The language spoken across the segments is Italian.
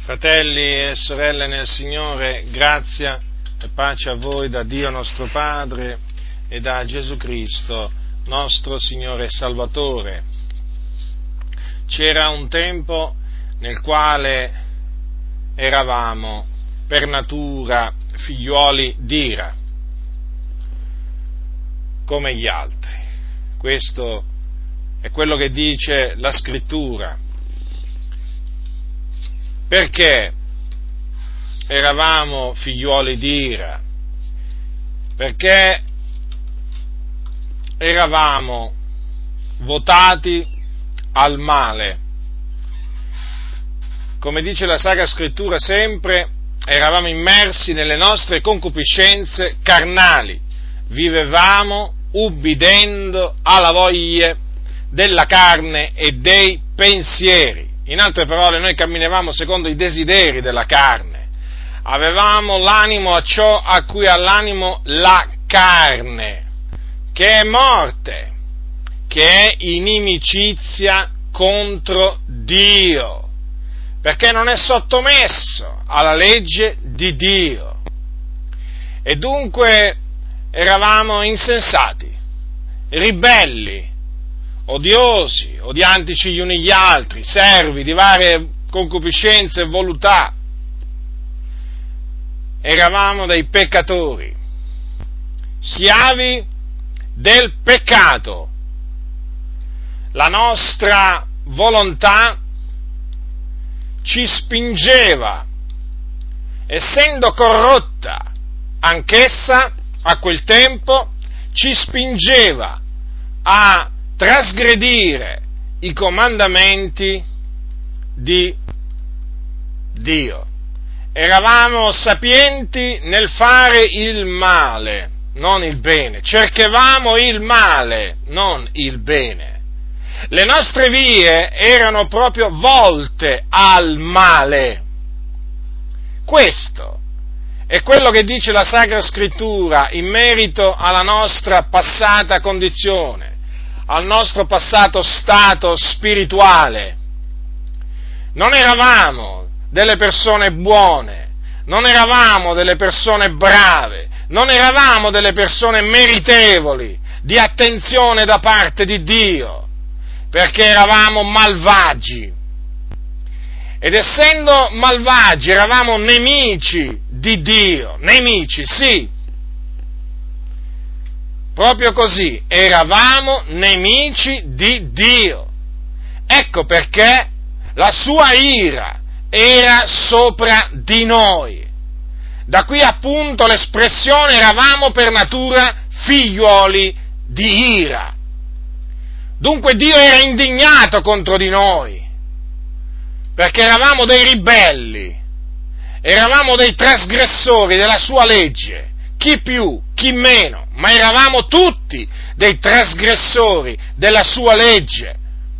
Fratelli e sorelle nel Signore, grazia e pace a voi da Dio nostro Padre e da Gesù Cristo, nostro Signore e Salvatore. C'era un tempo nel quale eravamo per natura figliuoli d'ira, come gli altri. Questo è quello che dice la Scrittura. Perché eravamo figliuoli d'ira? Perché eravamo votati al male. Come dice la Sacra Scrittura sempre, eravamo immersi nelle nostre concupiscenze carnali, vivevamo ubbidendo alla voglia della carne e dei pensieri. In altre parole, noi camminavamo secondo i desideri della carne, avevamo l'animo a ciò a cui ha l'animo la carne, che è morte, che è inimicizia contro Dio, perché non è sottomesso alla legge di Dio. E dunque eravamo insensati, ribelli, odiosi, odiantici gli uni gli altri, servi di varie concupiscenze e voluttà. Eravamo dei peccatori, schiavi del peccato. La nostra volontà ci spingeva, essendo corrotta anch'essa a quel tempo, ci spingeva a trasgredire i comandamenti di Dio. Eravamo sapienti nel fare il male, non il bene. Cercavamo il male, non il bene. Le nostre vie erano proprio volte al male. Questo è quello che dice la Sacra Scrittura in merito alla nostra passata condizione, al nostro passato stato spirituale. Non eravamo delle persone buone, non eravamo delle persone brave, non eravamo delle persone meritevoli di attenzione da parte di Dio, perché eravamo malvagi. Ed essendo malvagi eravamo nemici di Dio, nemici, sì. Proprio così, eravamo nemici di Dio. Ecco perché la sua ira era sopra di noi. Da qui appunto l'espressione eravamo per natura figliuoli di ira. Dunque Dio era indignato contro di noi, perché eravamo dei ribelli, eravamo dei trasgressori della sua legge. Chi più, chi meno, ma eravamo tutti dei trasgressori della sua legge.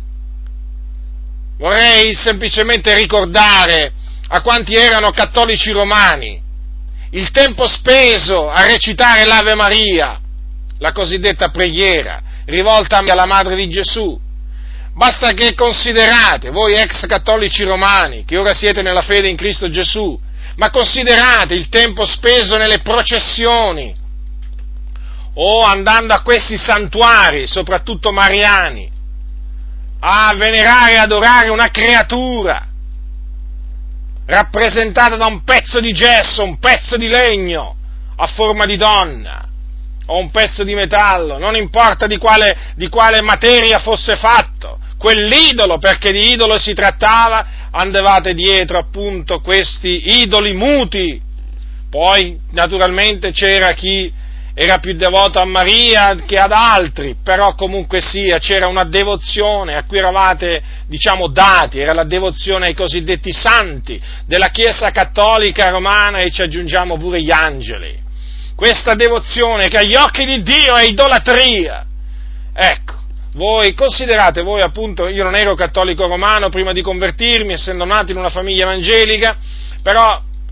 Vorrei semplicemente ricordare a quanti erano cattolici romani il tempo speso a recitare l'Ave Maria, la cosiddetta preghiera, rivolta alla Madre di Gesù. Basta che considerate, voi ex cattolici romani, che ora siete nella fede in Cristo Gesù, ma considerate il tempo speso nelle processioni o andando a questi santuari, soprattutto mariani, a venerare e adorare una creatura rappresentata da un pezzo di gesso, un pezzo di legno a forma di donna o un pezzo di metallo, non importa di quale materia fosse fatto, quell'idolo, perché di idolo si trattava, andavate dietro appunto questi idoli muti. Poi naturalmente c'era chi era più devoto a Maria che ad altri, però comunque sia c'era una devozione a cui eravate, dati, era la devozione ai cosiddetti santi della Chiesa Cattolica Romana, e ci aggiungiamo pure gli angeli. Questa devozione che agli occhi di Dio è idolatria. Ecco, voi considerate, voi appunto, io non ero cattolico romano prima di convertirmi, essendo nato in una famiglia evangelica, però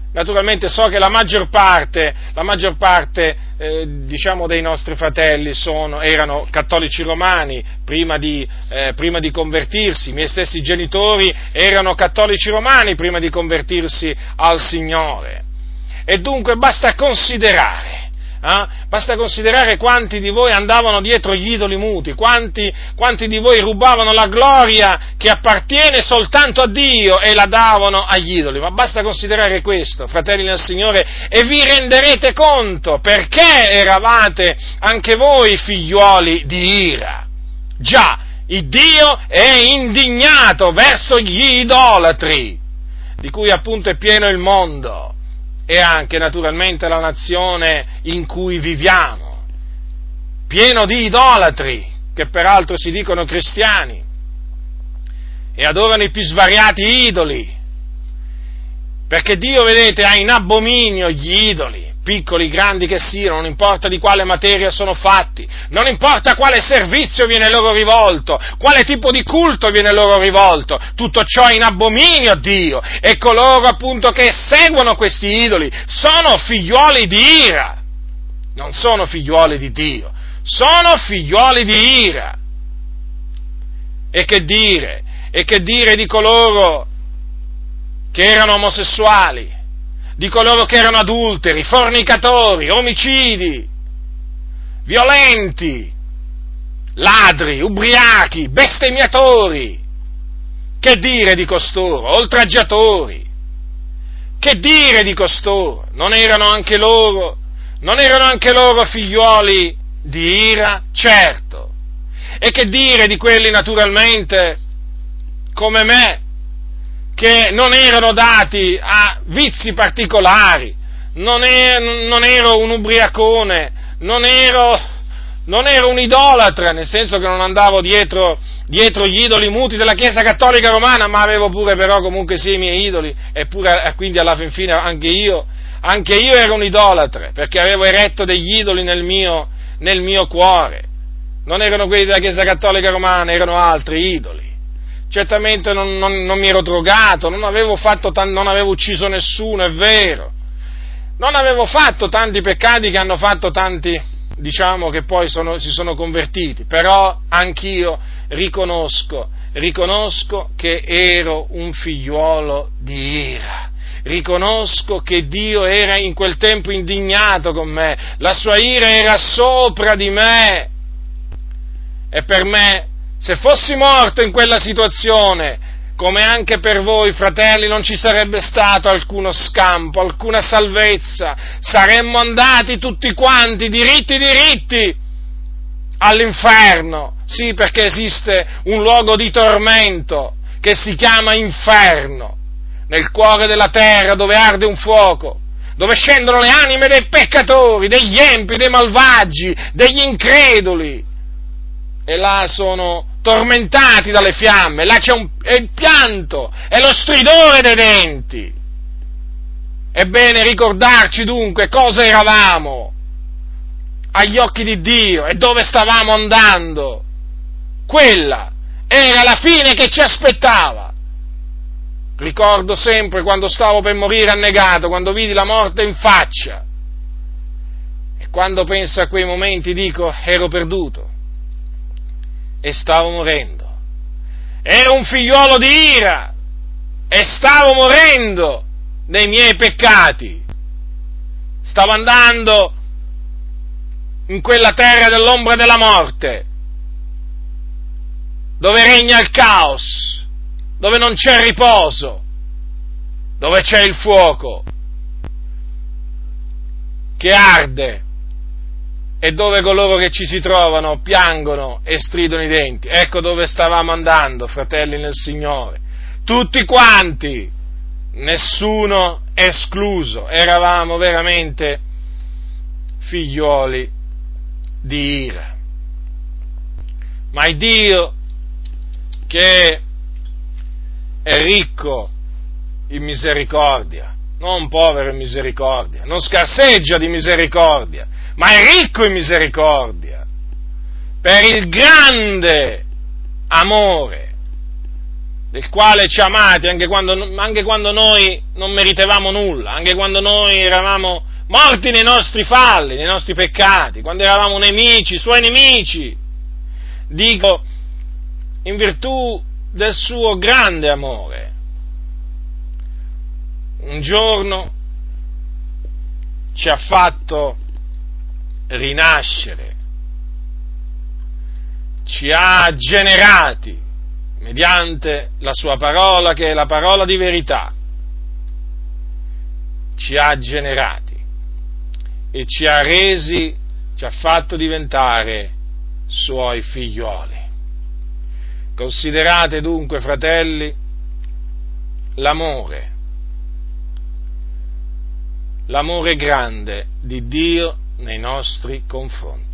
Naturalmente so che la maggior parte diciamo dei nostri fratelli erano cattolici romani prima di convertirsi, i miei stessi genitori erano cattolici romani prima di convertirsi al Signore. E dunque basta considerare quanti di voi andavano dietro gli idoli muti, quanti di voi rubavano la gloria che appartiene soltanto a Dio e la davano agli idoli. Ma basta considerare questo, fratelli nel Signore, e vi renderete conto perché eravate anche voi figliuoli di ira. Già, il Dio è indignato verso gli idolatri, di cui appunto è pieno il mondo. E anche naturalmente la nazione in cui viviamo, pieno di idolatri, che peraltro si dicono cristiani, e adorano i più svariati idoli, perché Dio, vedete, ha in abominio gli idoli, piccoli, grandi che siano, non importa di quale materia sono fatti, non importa quale servizio viene loro rivolto, quale tipo di culto viene loro rivolto, tutto ciò è in abominio a Dio, e coloro appunto che seguono questi idoli sono figliuoli di ira, non sono figliuoli di Dio, sono figliuoli di ira. E che dire di coloro che erano omosessuali, di coloro che erano adulteri, fornicatori, omicidi, violenti, ladri, ubriachi, bestemmiatori. Che dire di costoro? Oltraggiatori. Che dire di costoro? Non erano anche loro figliuoli di ira? Certo. E che dire di quelli naturalmente come me, che non erano dati a vizi particolari, non ero un ubriacone, non ero un idolatra, nel senso che non andavo dietro gli idoli muti della Chiesa Cattolica Romana, ma avevo pure però comunque sì i miei idoli, eppure quindi alla fin fine anche io ero un idolatra, perché avevo eretto degli idoli nel mio cuore. Non erano quelli della Chiesa Cattolica Romana, erano altri idoli. Certamente non mi ero drogato, non avevo ucciso nessuno, è vero. Non avevo fatto tanti peccati che hanno fatto tanti, diciamo, che poi si sono convertiti, però anch'io riconosco che ero un figliuolo di ira. Riconosco che Dio era in quel tempo indignato con me, la sua ira era sopra di me. E per me, se fossi morto in quella situazione, come anche per voi, fratelli, non ci sarebbe stato alcuno scampo, alcuna salvezza, saremmo andati tutti quanti, diritti, all'inferno. Sì, perché esiste un luogo di tormento che si chiama inferno, nel cuore della terra, dove arde un fuoco, dove scendono le anime dei peccatori, degli empi, dei malvagi, degli increduli, e là sono tormentati dalle fiamme, là è il pianto, è lo stridore dei denti. È bene ricordarci dunque cosa eravamo agli occhi di Dio e dove stavamo andando. Quella era la fine che ci aspettava. Ricordo sempre quando stavo per morire annegato, quando vidi la morte in faccia, e quando penso a quei momenti dico: ero perduto e stavo morendo. Ero un figliuolo di ira e stavo morendo dei miei peccati. Stavo andando in quella terra dell'ombra della morte, dove regna il caos, dove non c'è riposo, dove c'è il fuoco che arde, e dove coloro che ci si trovano piangono e stridono i denti. Ecco dove stavamo andando, fratelli nel Signore, tutti quanti, nessuno escluso, eravamo veramente figliuoli di ira. Ma il Dio, che è ricco in misericordia, non povero in misericordia, non scarseggia di misericordia, ma è ricco in misericordia, per il grande amore del quale ci ha amati anche quando noi non meritavamo nulla, anche quando noi eravamo morti nei nostri falli, nei nostri peccati, quando eravamo nemici, suoi nemici. Dico, in virtù del suo grande amore, un giorno ci ha fatto rinascere, ci ha generati mediante la sua parola, che è la parola di verità, ci ha generati e ci ha fatto diventare suoi figlioli. Considerate dunque, fratelli, l'amore grande di Dio nei nostri confronti.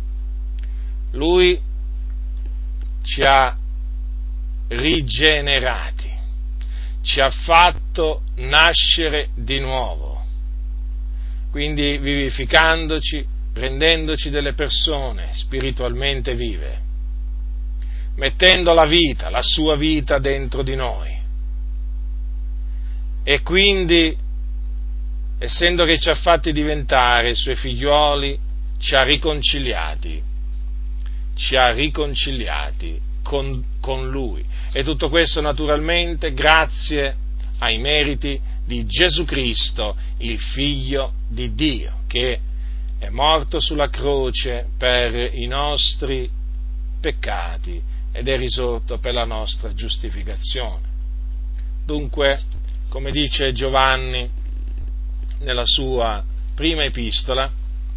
Lui ci ha rigenerati, ci ha fatto nascere di nuovo, quindi vivificandoci, rendendoci delle persone spiritualmente vive, mettendo la sua vita dentro di noi. E quindi, essendo che ci ha fatti diventare suoi figlioli, ci ha riconciliati con Lui. E tutto questo naturalmente grazie ai meriti di Gesù Cristo, il Figlio di Dio, che è morto sulla croce per i nostri peccati ed è risorto per la nostra giustificazione. Dunque, come dice Giovanni nella sua prima epistola,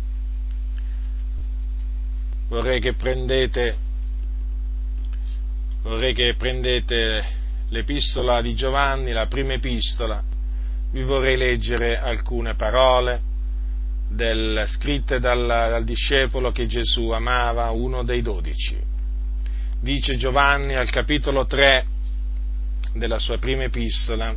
vorrei che prendete l'epistola di Giovanni, la prima epistola, vi vorrei leggere alcune parole scritte dal discepolo che Gesù amava, uno dei 12. Dice Giovanni al capitolo 3 della sua prima epistola,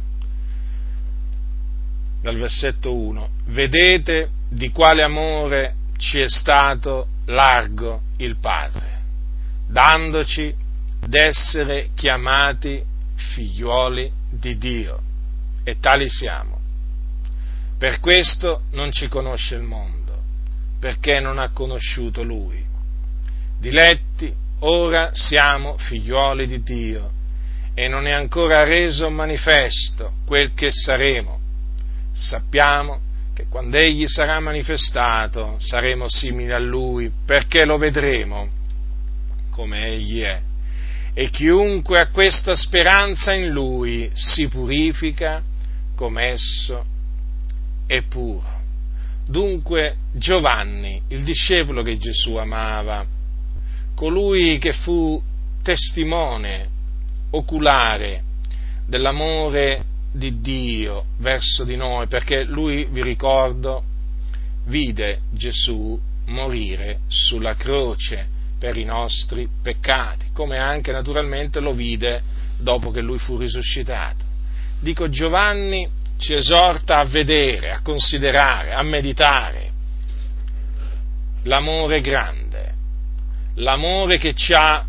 dal versetto 1: vedete di quale amore ci è stato largo il Padre, dandoci d'essere chiamati figliuoli di Dio, e tali siamo. Per questo non ci conosce il mondo, perché non ha conosciuto Lui. Diletti, ora siamo figliuoli di Dio, e non è ancora reso manifesto quel che saremo. Sappiamo che quando Egli sarà manifestato saremo simili a Lui, perché lo vedremo come Egli è. E chiunque ha questa speranza in Lui si purifica come esso è puro. Dunque Giovanni, il discepolo che Gesù amava, colui che fu testimone oculare dell'amore di Dio verso di noi, perché lui, vi ricordo, vide Gesù morire sulla croce per i nostri peccati, come anche naturalmente lo vide dopo che lui fu risuscitato. Dico, Giovanni ci esorta a vedere, a considerare, a meditare l'amore grande, l'amore che ci ha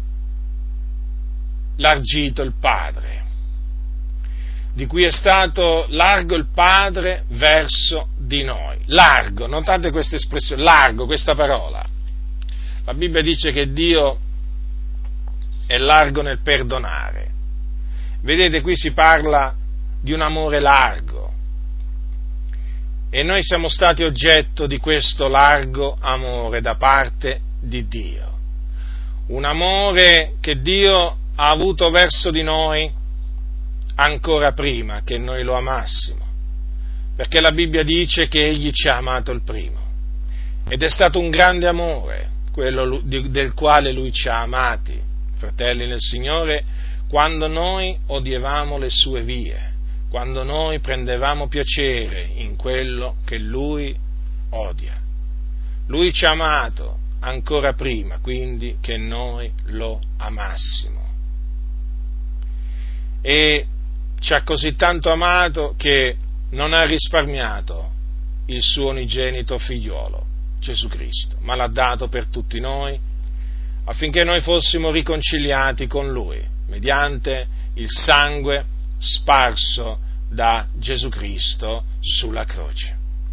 largito il Padre, di cui è stato largo il Padre verso di noi. Largo, notate questa espressione, largo, questa parola. La Bibbia dice che Dio è largo nel perdonare. Vedete, qui si parla di un amore largo, e noi siamo stati oggetto di questo largo amore da parte di Dio. Un amore che Dio ha avuto verso di noi ancora prima che noi lo amassimo, perché la Bibbia dice che Egli ci ha amato il primo, ed è stato un grande amore quello del quale Lui ci ha amati, fratelli nel Signore, quando noi odiavamo le sue vie, quando noi prendevamo piacere in quello che Lui odia. Lui ci ha amato ancora prima, quindi, che noi lo amassimo. E ci ha così tanto amato che non ha risparmiato il suo unigenito figliolo, Gesù Cristo, ma l'ha dato per tutti noi, affinché noi fossimo riconciliati con Lui, mediante il sangue sparso da Gesù Cristo sulla croce.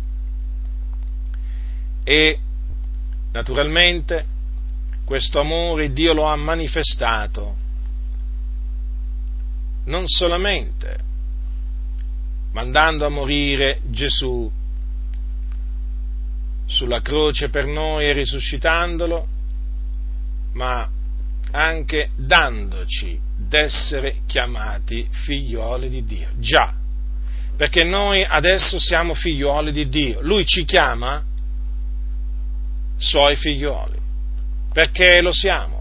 E naturalmente questo amore Dio lo ha manifestato non solamente mandando a morire Gesù sulla croce per noi e risuscitandolo, ma anche dandoci d'essere chiamati figlioli di Dio. Già, perché noi adesso siamo figlioli di Dio. Lui ci chiama suoi figlioli, perché lo siamo.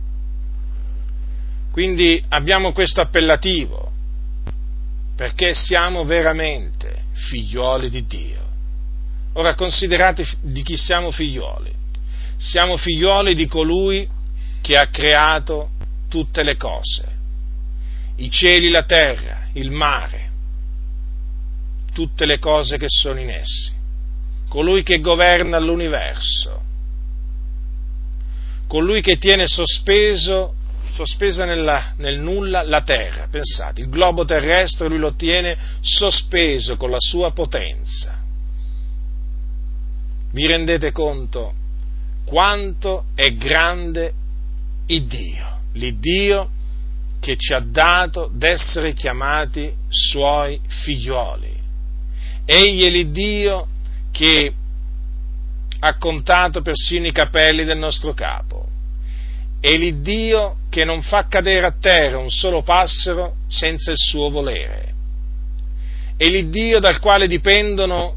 Quindi abbiamo questo appellativo, perché siamo veramente figlioli di Dio. Ora considerate di chi siamo figlioli. Siamo figlioli di colui che ha creato tutte le cose, i cieli, la terra, il mare, tutte le cose che sono in essi, colui che governa l'universo, colui che tiene sospesa nel nulla la terra. Pensate, il globo terrestre lui lo tiene sospeso con la sua potenza. Vi rendete conto quanto è grande Iddio, l'Iddio che ci ha dato d'essere chiamati suoi figlioli. Egli è l'Iddio che ha contato persino i capelli del nostro capo. È l'Iddio che non fa cadere a terra un solo passero senza il suo volere. È l'Iddio dal quale dipendono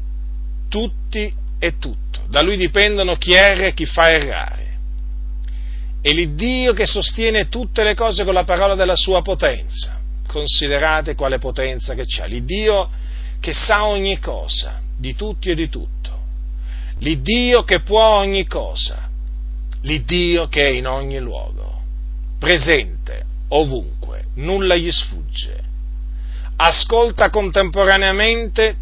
tutti e tutto. Da Lui dipendono chi erra e chi fa errare. È l'Iddio che sostiene tutte le cose con la parola della sua potenza. Considerate quale potenza che c'ha. L'Iddio che sa ogni cosa, di tutti e di tutto. L'Iddio che può ogni cosa. L'Iddio che è in ogni luogo, presente ovunque, nulla gli sfugge. Ascolta contemporaneamente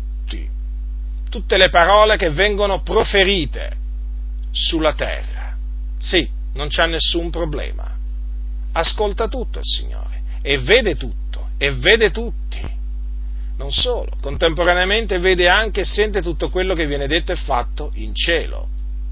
tutte le parole che vengono proferite sulla terra. Sì, non c'ha nessun problema. Ascolta tutto il Signore e vede tutto e vede tutti. Non solo, contemporaneamente vede anche e sente tutto quello che viene detto e fatto in cielo.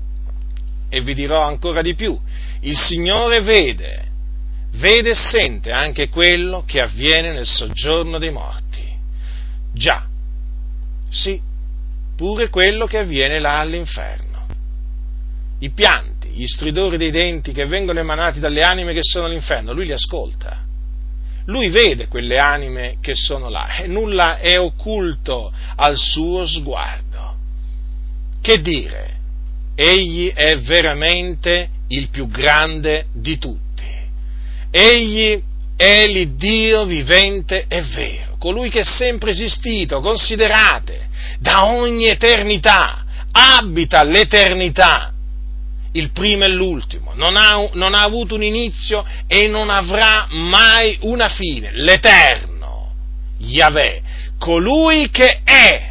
E vi dirò ancora di più, il Signore vede e sente anche quello che avviene nel soggiorno dei morti. Già, sì, pure quello che avviene là all'inferno. I pianti, gli stridori dei denti che vengono emanati dalle anime che sono all'inferno, Lui li ascolta. Lui vede quelle anime che sono là e nulla è occulto al suo sguardo. Che dire? Egli è veramente il più grande di tutti. Egli è l'Iddio vivente e vero, colui che è sempre esistito, considerate, da ogni eternità, abita l'eternità, il primo e l'ultimo, non ha avuto un inizio e non avrà mai una fine, l'Eterno, Yahweh, colui che è.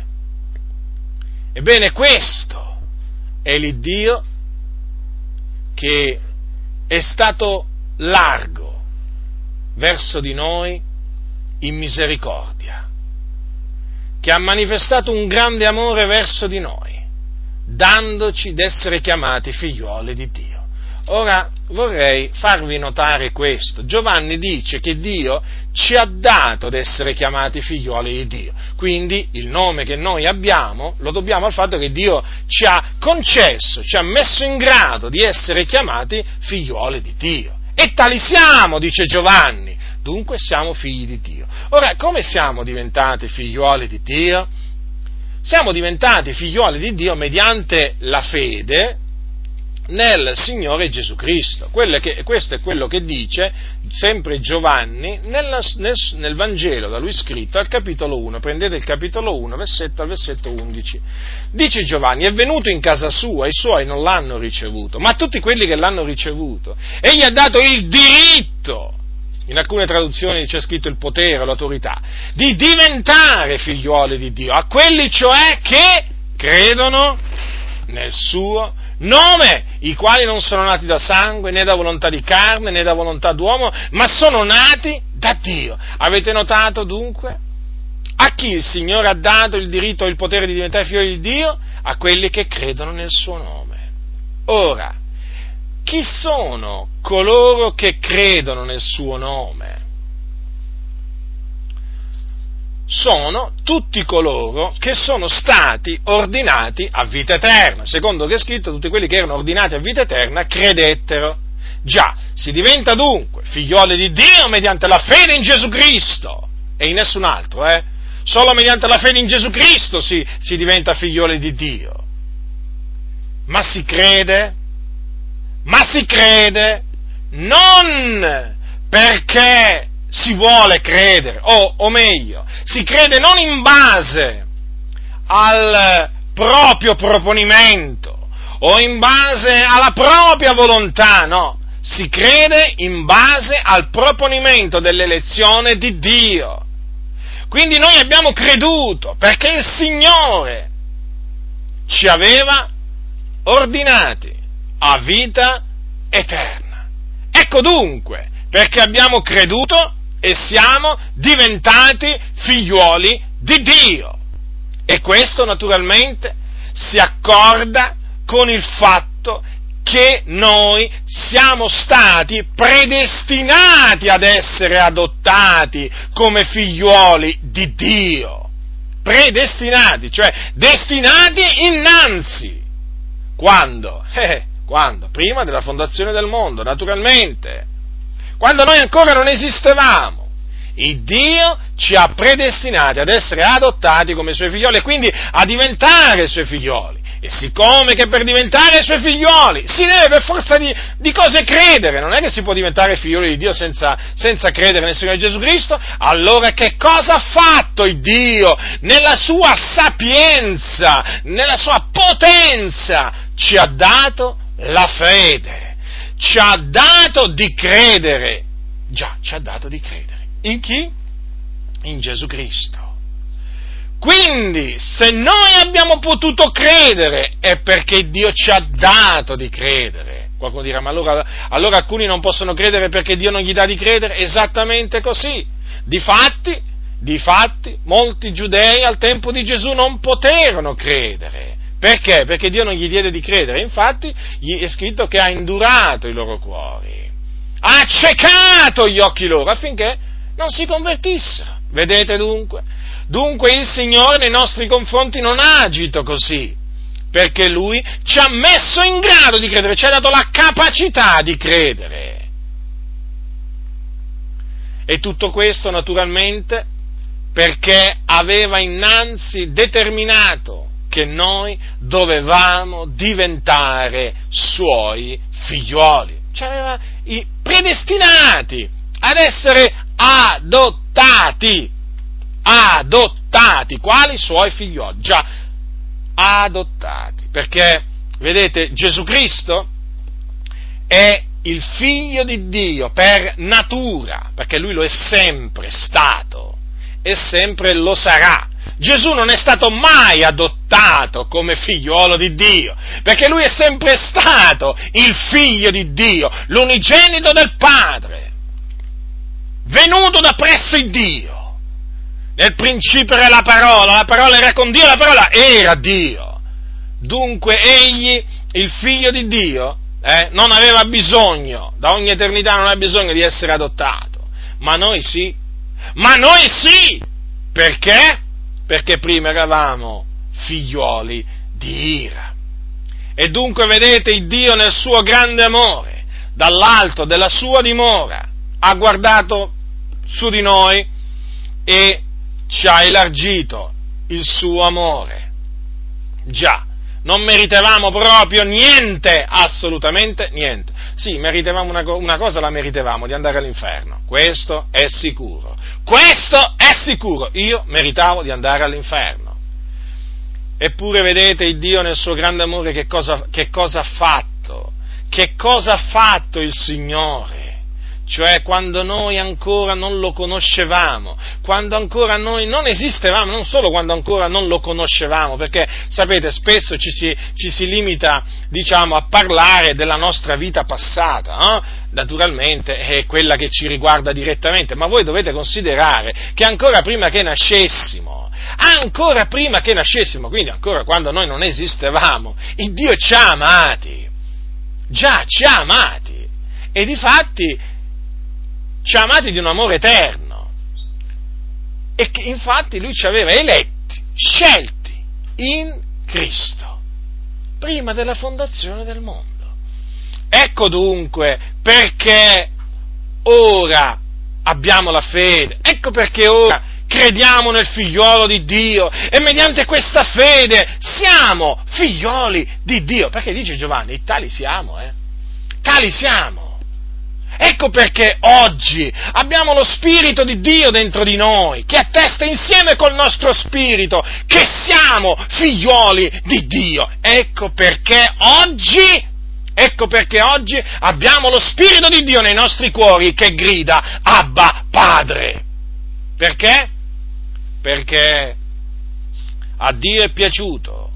Ebbene, questo è l'Iddio che è stato largo verso di noi in misericordia, che ha manifestato un grande amore verso di noi, dandoci d'essere chiamati figliuoli di Dio. Ora vorrei farvi notare questo. Giovanni dice che Dio ci ha dato d'essere chiamati figliuoli di Dio, quindi il nome che noi abbiamo lo dobbiamo al fatto che Dio ci ha concesso, ci ha messo in grado di essere chiamati figliuoli di Dio. E tali siamo, dice Giovanni, dunque siamo figli di Dio. Ora, come siamo diventati figliuoli di Dio? Siamo diventati figliuoli di Dio mediante la fede nel Signore Gesù Cristo. Questo è quello che dice sempre Giovanni nel Vangelo da lui scritto al capitolo 1, prendete il capitolo 1, al versetto 11. Dice Giovanni: è venuto in casa sua, i suoi non l'hanno ricevuto, ma a tutti quelli che l'hanno ricevuto egli ha dato il diritto, in alcune traduzioni c'è scritto il potere, l'autorità, di diventare figliuoli di Dio, a quelli cioè che credono nel suo nome, i quali non sono nati da sangue, né da volontà di carne, né da volontà d'uomo, ma sono nati da Dio. Avete notato dunque? A chi il Signore ha dato il diritto e il potere di diventare figli di Dio? A quelli che credono nel suo nome. Ora, chi sono coloro che credono nel suo nome? Sono tutti coloro che sono stati ordinati a vita eterna. Secondo che è scritto, tutti quelli che erano ordinati a vita eterna credettero. Già, si diventa dunque figlioli di Dio mediante la fede in Gesù Cristo e in nessun altro, Solo mediante la fede in Gesù Cristo si diventa figlioli di Dio. Ma si crede non perché si vuole credere, o meglio, si crede non in base al proprio proponimento o in base alla propria volontà, no, si crede in base al proponimento dell'elezione di Dio. Quindi noi abbiamo creduto perché il Signore ci aveva ordinati a vita eterna. Ecco dunque perché abbiamo creduto e siamo diventati figliuoli di Dio. E questo naturalmente si accorda con il fatto che noi siamo stati predestinati ad essere adottati come figliuoli di Dio. Predestinati, cioè destinati innanzi. Quando? Quando? Prima della fondazione del mondo, naturalmente. Quando noi ancora non esistevamo. Il Dio ci ha predestinati ad essere adottati come Suoi figlioli e quindi a diventare Suoi figlioli. E siccome che per diventare Suoi figlioli si deve per forza di cose credere, non è che si può diventare figlioli di Dio senza credere nel Signore Gesù Cristo, allora che cosa ha fatto il Dio nella sua sapienza, nella sua potenza? Ci ha dato la fede, ci ha dato di credere, ci ha dato di credere. In chi? In Gesù Cristo. Quindi, se noi abbiamo potuto credere, è perché Dio ci ha dato di credere. Qualcuno dirà, ma allora alcuni non possono credere perché Dio non gli dà di credere? Esattamente così. Difatti, molti giudei al tempo di Gesù non poterono credere. Perché? Perché Dio non gli diede di credere. Infatti, gli è scritto che ha indurato i loro cuori, ha accecato gli occhi loro affinché non si convertissero. Vedete dunque? Dunque il Signore nei nostri confronti non ha agito così, perché Lui ci ha messo in grado di credere, ci ha dato la capacità di credere. E tutto questo naturalmente perché aveva innanzi determinato che noi dovevamo diventare Suoi figlioli, ci aveva predestinati ad essere adottati, quali Suoi figlioli, già adottati, perché, vedete, Gesù Cristo è il Figlio di Dio per natura, perché Lui lo è sempre stato e sempre lo sarà. Gesù non è stato mai adottato come figliuolo di Dio, perché Lui è sempre stato il Figlio di Dio, l'unigenito del Padre, venuto da presso il Dio. Nel principio era la parola era con Dio, la parola era Dio. Dunque egli, il Figlio di Dio, non aveva bisogno, da ogni eternità non aveva bisogno di essere adottato. Ma noi sì. Perché? Perché prima eravamo figliuoli di ira. E dunque vedete il Dio nel suo grande amore, dall'alto della sua dimora, ha guardato su di noi e ci ha elargito il suo amore. Già, non meritavamo proprio niente, assolutamente niente. Sì, meritavamo una cosa la meritavamo, di andare all'inferno. Questo è sicuro. Io meritavo di andare all'inferno. Eppure vedete il Dio nel suo grande amore che cosa ha fatto? Che cosa ha fatto il Signore? cioè quando noi ancora non lo conoscevamo, quando ancora noi non esistevamo, non solo quando ancora non lo conoscevamo, perché sapete spesso ci si limita, diciamo, a parlare della nostra vita passata, no? Naturalmente è quella che ci riguarda direttamente, ma voi dovete considerare che ancora prima che nascessimo, quindi ancora quando noi non esistevamo, il Dio ci ha amati, già ci ha amati, e difatti ci ha amati di un amore eterno, e che infatti Lui ci aveva eletti, scelti in Cristo, prima della fondazione del mondo. Ecco dunque perché ora abbiamo la fede, ecco perché ora crediamo nel figliolo di Dio, e mediante questa fede siamo figlioli di Dio, perché dice Giovanni, tali siamo. Ecco perché oggi abbiamo lo Spirito di Dio dentro di noi, che attesta insieme col nostro spirito che siamo figlioli di Dio. Ecco perché oggi abbiamo lo Spirito di Dio nei nostri cuori che grida Abba Padre. Perché? Perché a Dio è piaciuto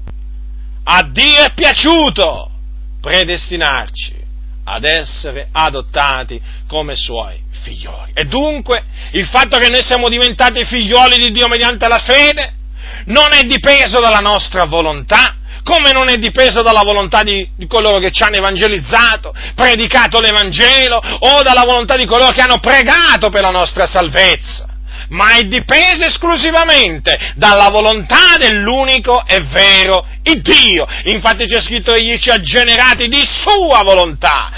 predestinarci ad essere adottati come suoi figlioli. E dunque il fatto che noi siamo diventati figlioli di Dio mediante la fede non è dipeso dalla nostra volontà, come non è dipeso dalla volontà di coloro che ci hanno evangelizzato, predicato l'Evangelo, o dalla volontà di coloro che hanno pregato per la nostra salvezza, ma è dipeso esclusivamente dalla volontà dell'unico e vero Dio. Infatti c'è scritto: egli ci ha generati di sua volontà,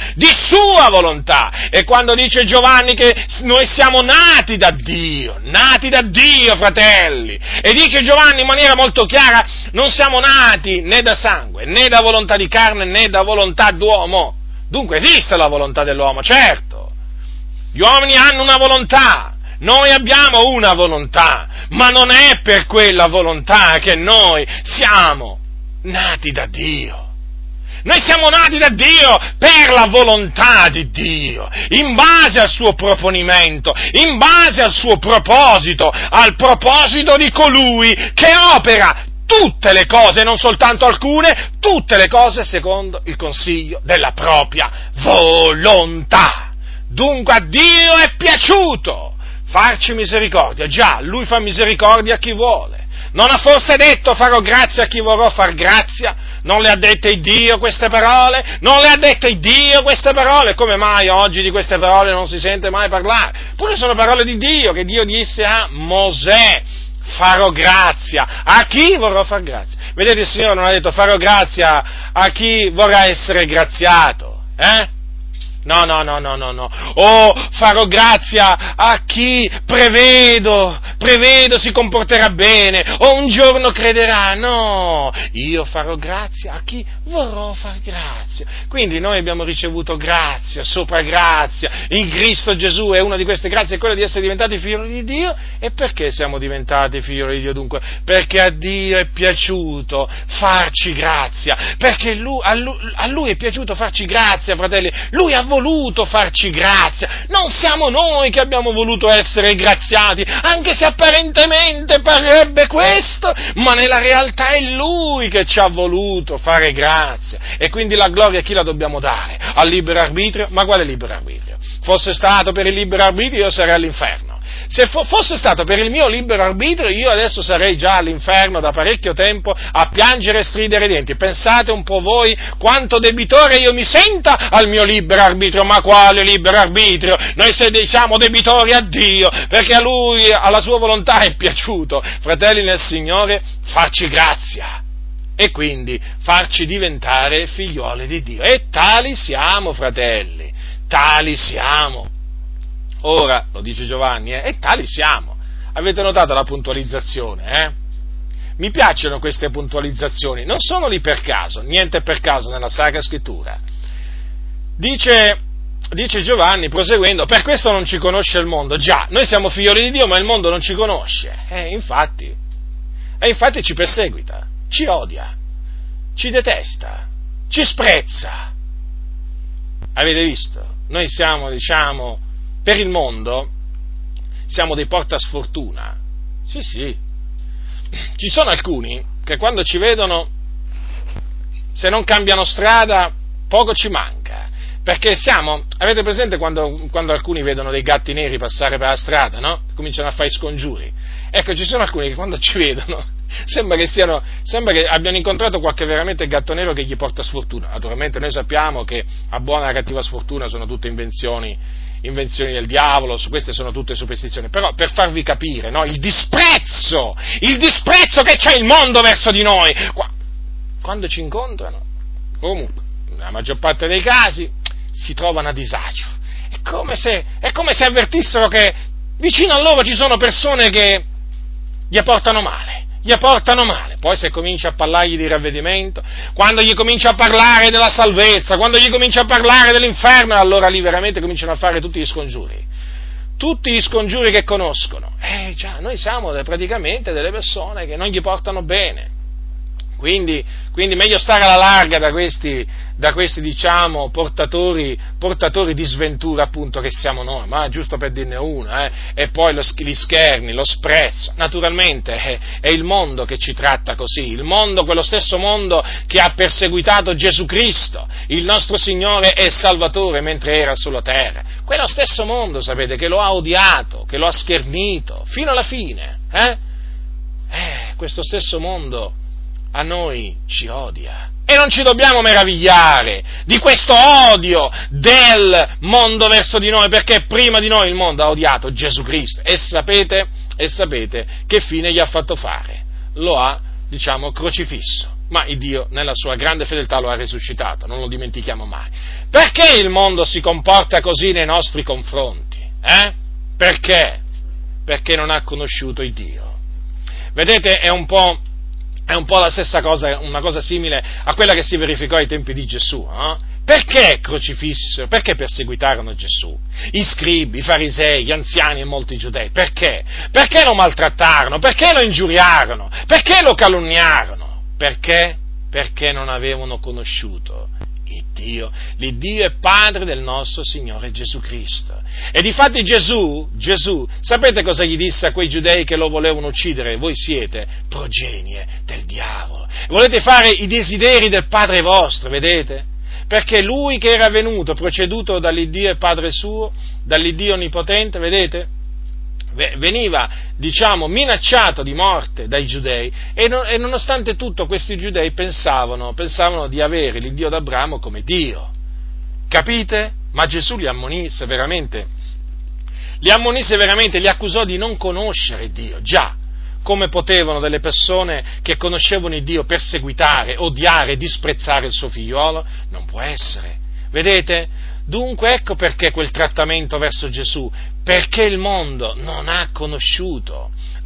e quando dice Giovanni che noi siamo nati da Dio, fratelli, e dice Giovanni in maniera molto chiara: non siamo nati né da sangue, né da volontà di carne, né da volontà d'uomo. Dunque esiste la volontà dell'uomo, certo, gli uomini hanno una volontà, noi abbiamo una volontà, ma non è per quella volontà che noi siamo nati da Dio. Noi siamo nati da Dio per la volontà di Dio, in base al suo proponimento, in base al suo proposito, al proposito di colui che opera tutte le cose, non soltanto alcune, tutte le cose secondo il consiglio della propria volontà. Dunque a Dio è piaciuto farci misericordia, già, Lui fa misericordia a chi vuole. Non ha forse detto: farò grazia a chi vorrò far grazia? Non le ha dette Dio queste parole? Come mai oggi di queste parole non si sente mai parlare? Pure sono parole di Dio, che Dio disse a Mosè: farò grazia a chi vorrò far grazia. Vedete, il Signore non ha detto: farò grazia a chi vorrà essere graziato, No. O farò grazia a chi prevedo si comporterà bene, o un giorno crederà. No, io farò grazia a chi vorrò far grazia. Quindi noi abbiamo ricevuto grazia sopra grazia in Cristo Gesù, e una di queste grazie è quella di essere diventati figli di Dio. E perché siamo diventati figli di Dio dunque? Perché a Dio è piaciuto farci grazia, perché a Lui è piaciuto farci grazia, fratelli. Lui ha voluto farci grazia, non siamo noi che abbiamo voluto essere graziati, anche se apparentemente parrebbe questo, ma nella realtà è Lui che ci ha voluto fare grazia. E quindi la gloria a chi la dobbiamo dare? Al libero arbitrio? Ma quale libero arbitrio? Fosse stato per il libero arbitrio io sarei all'inferno. Se fosse stato per il mio libero arbitrio, io adesso sarei già all'inferno da parecchio tempo a piangere e stridere i denti. Pensate un po' voi quanto debitore io mi senta al mio libero arbitrio. Ma quale libero arbitrio? Noi siamo debitori a Dio, perché a Lui, alla Sua volontà è piaciuto, fratelli nel Signore, farci grazia e quindi farci diventare figlioli di Dio. E tali siamo, fratelli, tali siamo. Ora, lo dice Giovanni, e tali siamo. Avete notato la puntualizzazione, Mi piacciono queste puntualizzazioni, non sono lì per caso, niente è per caso nella Sacra Scrittura. Dice Giovanni, proseguendo: per questo non ci conosce il mondo. Già, noi siamo figlioli di Dio, ma il mondo non ci conosce. Infatti ci perseguita, ci odia, ci detesta, ci sprezza. Avete visto? Noi siamo, per il mondo siamo dei portasfortuna. Sì, sì. Ci sono alcuni che quando ci vedono, se non cambiano strada, poco ci manca. Perché avete presente quando alcuni vedono dei gatti neri passare per la strada, no? Cominciano a fare i scongiuri. Ecco, ci sono alcuni che quando ci vedono sembra che abbiano incontrato qualche veramente gatto nero che gli porta sfortuna. Naturalmente noi sappiamo che a buona e a cattiva sfortuna sono tutte invenzioni del diavolo, queste sono tutte superstizioni, però per farvi capire, no, il disprezzo che c'è il mondo verso di noi, quando ci incontrano, comunque, nella maggior parte dei casi, si trovano a disagio, è come se avvertissero che vicino a loro ci sono persone che gli portano male, poi se comincia a parlargli di ravvedimento, quando gli comincia a parlare della salvezza, quando gli comincia a parlare dell'inferno, allora lì veramente cominciano a fare tutti gli scongiuri che conoscono. Già, noi siamo praticamente delle persone che non gli portano bene. Quindi meglio stare alla larga da questi diciamo, portatori di sventura, appunto, che siamo noi, ma giusto per dirne una, e poi gli scherni, lo sprezzo. Naturalmente è il mondo che ci tratta così, il mondo, quello stesso mondo che ha perseguitato Gesù Cristo, il nostro Signore e Salvatore, mentre era sulla terra. Quello stesso mondo, sapete, che lo ha odiato, che lo ha schernito, fino alla fine, questo stesso mondo a noi ci odia e non ci dobbiamo meravigliare di questo odio del mondo verso di noi, perché prima di noi il mondo ha odiato Gesù Cristo e sapete che fine gli ha fatto fare? Lo ha, diciamo, crocifisso, ma il Dio nella sua grande fedeltà lo ha risuscitato, non lo dimentichiamo mai. Perché il mondo si comporta così nei nostri confronti? Perché? Perché non ha conosciuto il Dio. Vedete, è un po' la stessa cosa, una cosa simile a quella che si verificò ai tempi di Gesù. Perché crocifissero, perché perseguitarono Gesù? I scribi, i farisei, gli anziani e molti giudei. Perché? Perché lo maltrattarono? Perché lo ingiuriarono? Perché lo calunniarono? Perché? Perché non avevano conosciuto il Dio, l'Iddio e Padre del nostro Signore Gesù Cristo. E difatti Gesù, sapete cosa gli disse a quei giudei che lo volevano uccidere? Voi siete progenie del diavolo, volete fare i desideri del Padre vostro, vedete? Perché lui che era venuto, preceduto dall'Iddio e Padre suo, dall'Iddio Onnipotente, vedete? Veniva, diciamo, minacciato di morte dai giudei e nonostante tutto questi giudei pensavano di avere l'Iddio d'Abramo come Dio, capite? Ma Gesù li ammonisse veramente, li accusò di non conoscere Dio. Già, come potevano delle persone che conoscevano il Dio perseguitare, odiare, disprezzare il suo figliolo? Non può essere, vedete? Dunque ecco perché quel trattamento verso Gesù, perché il mondo non ha conosciuto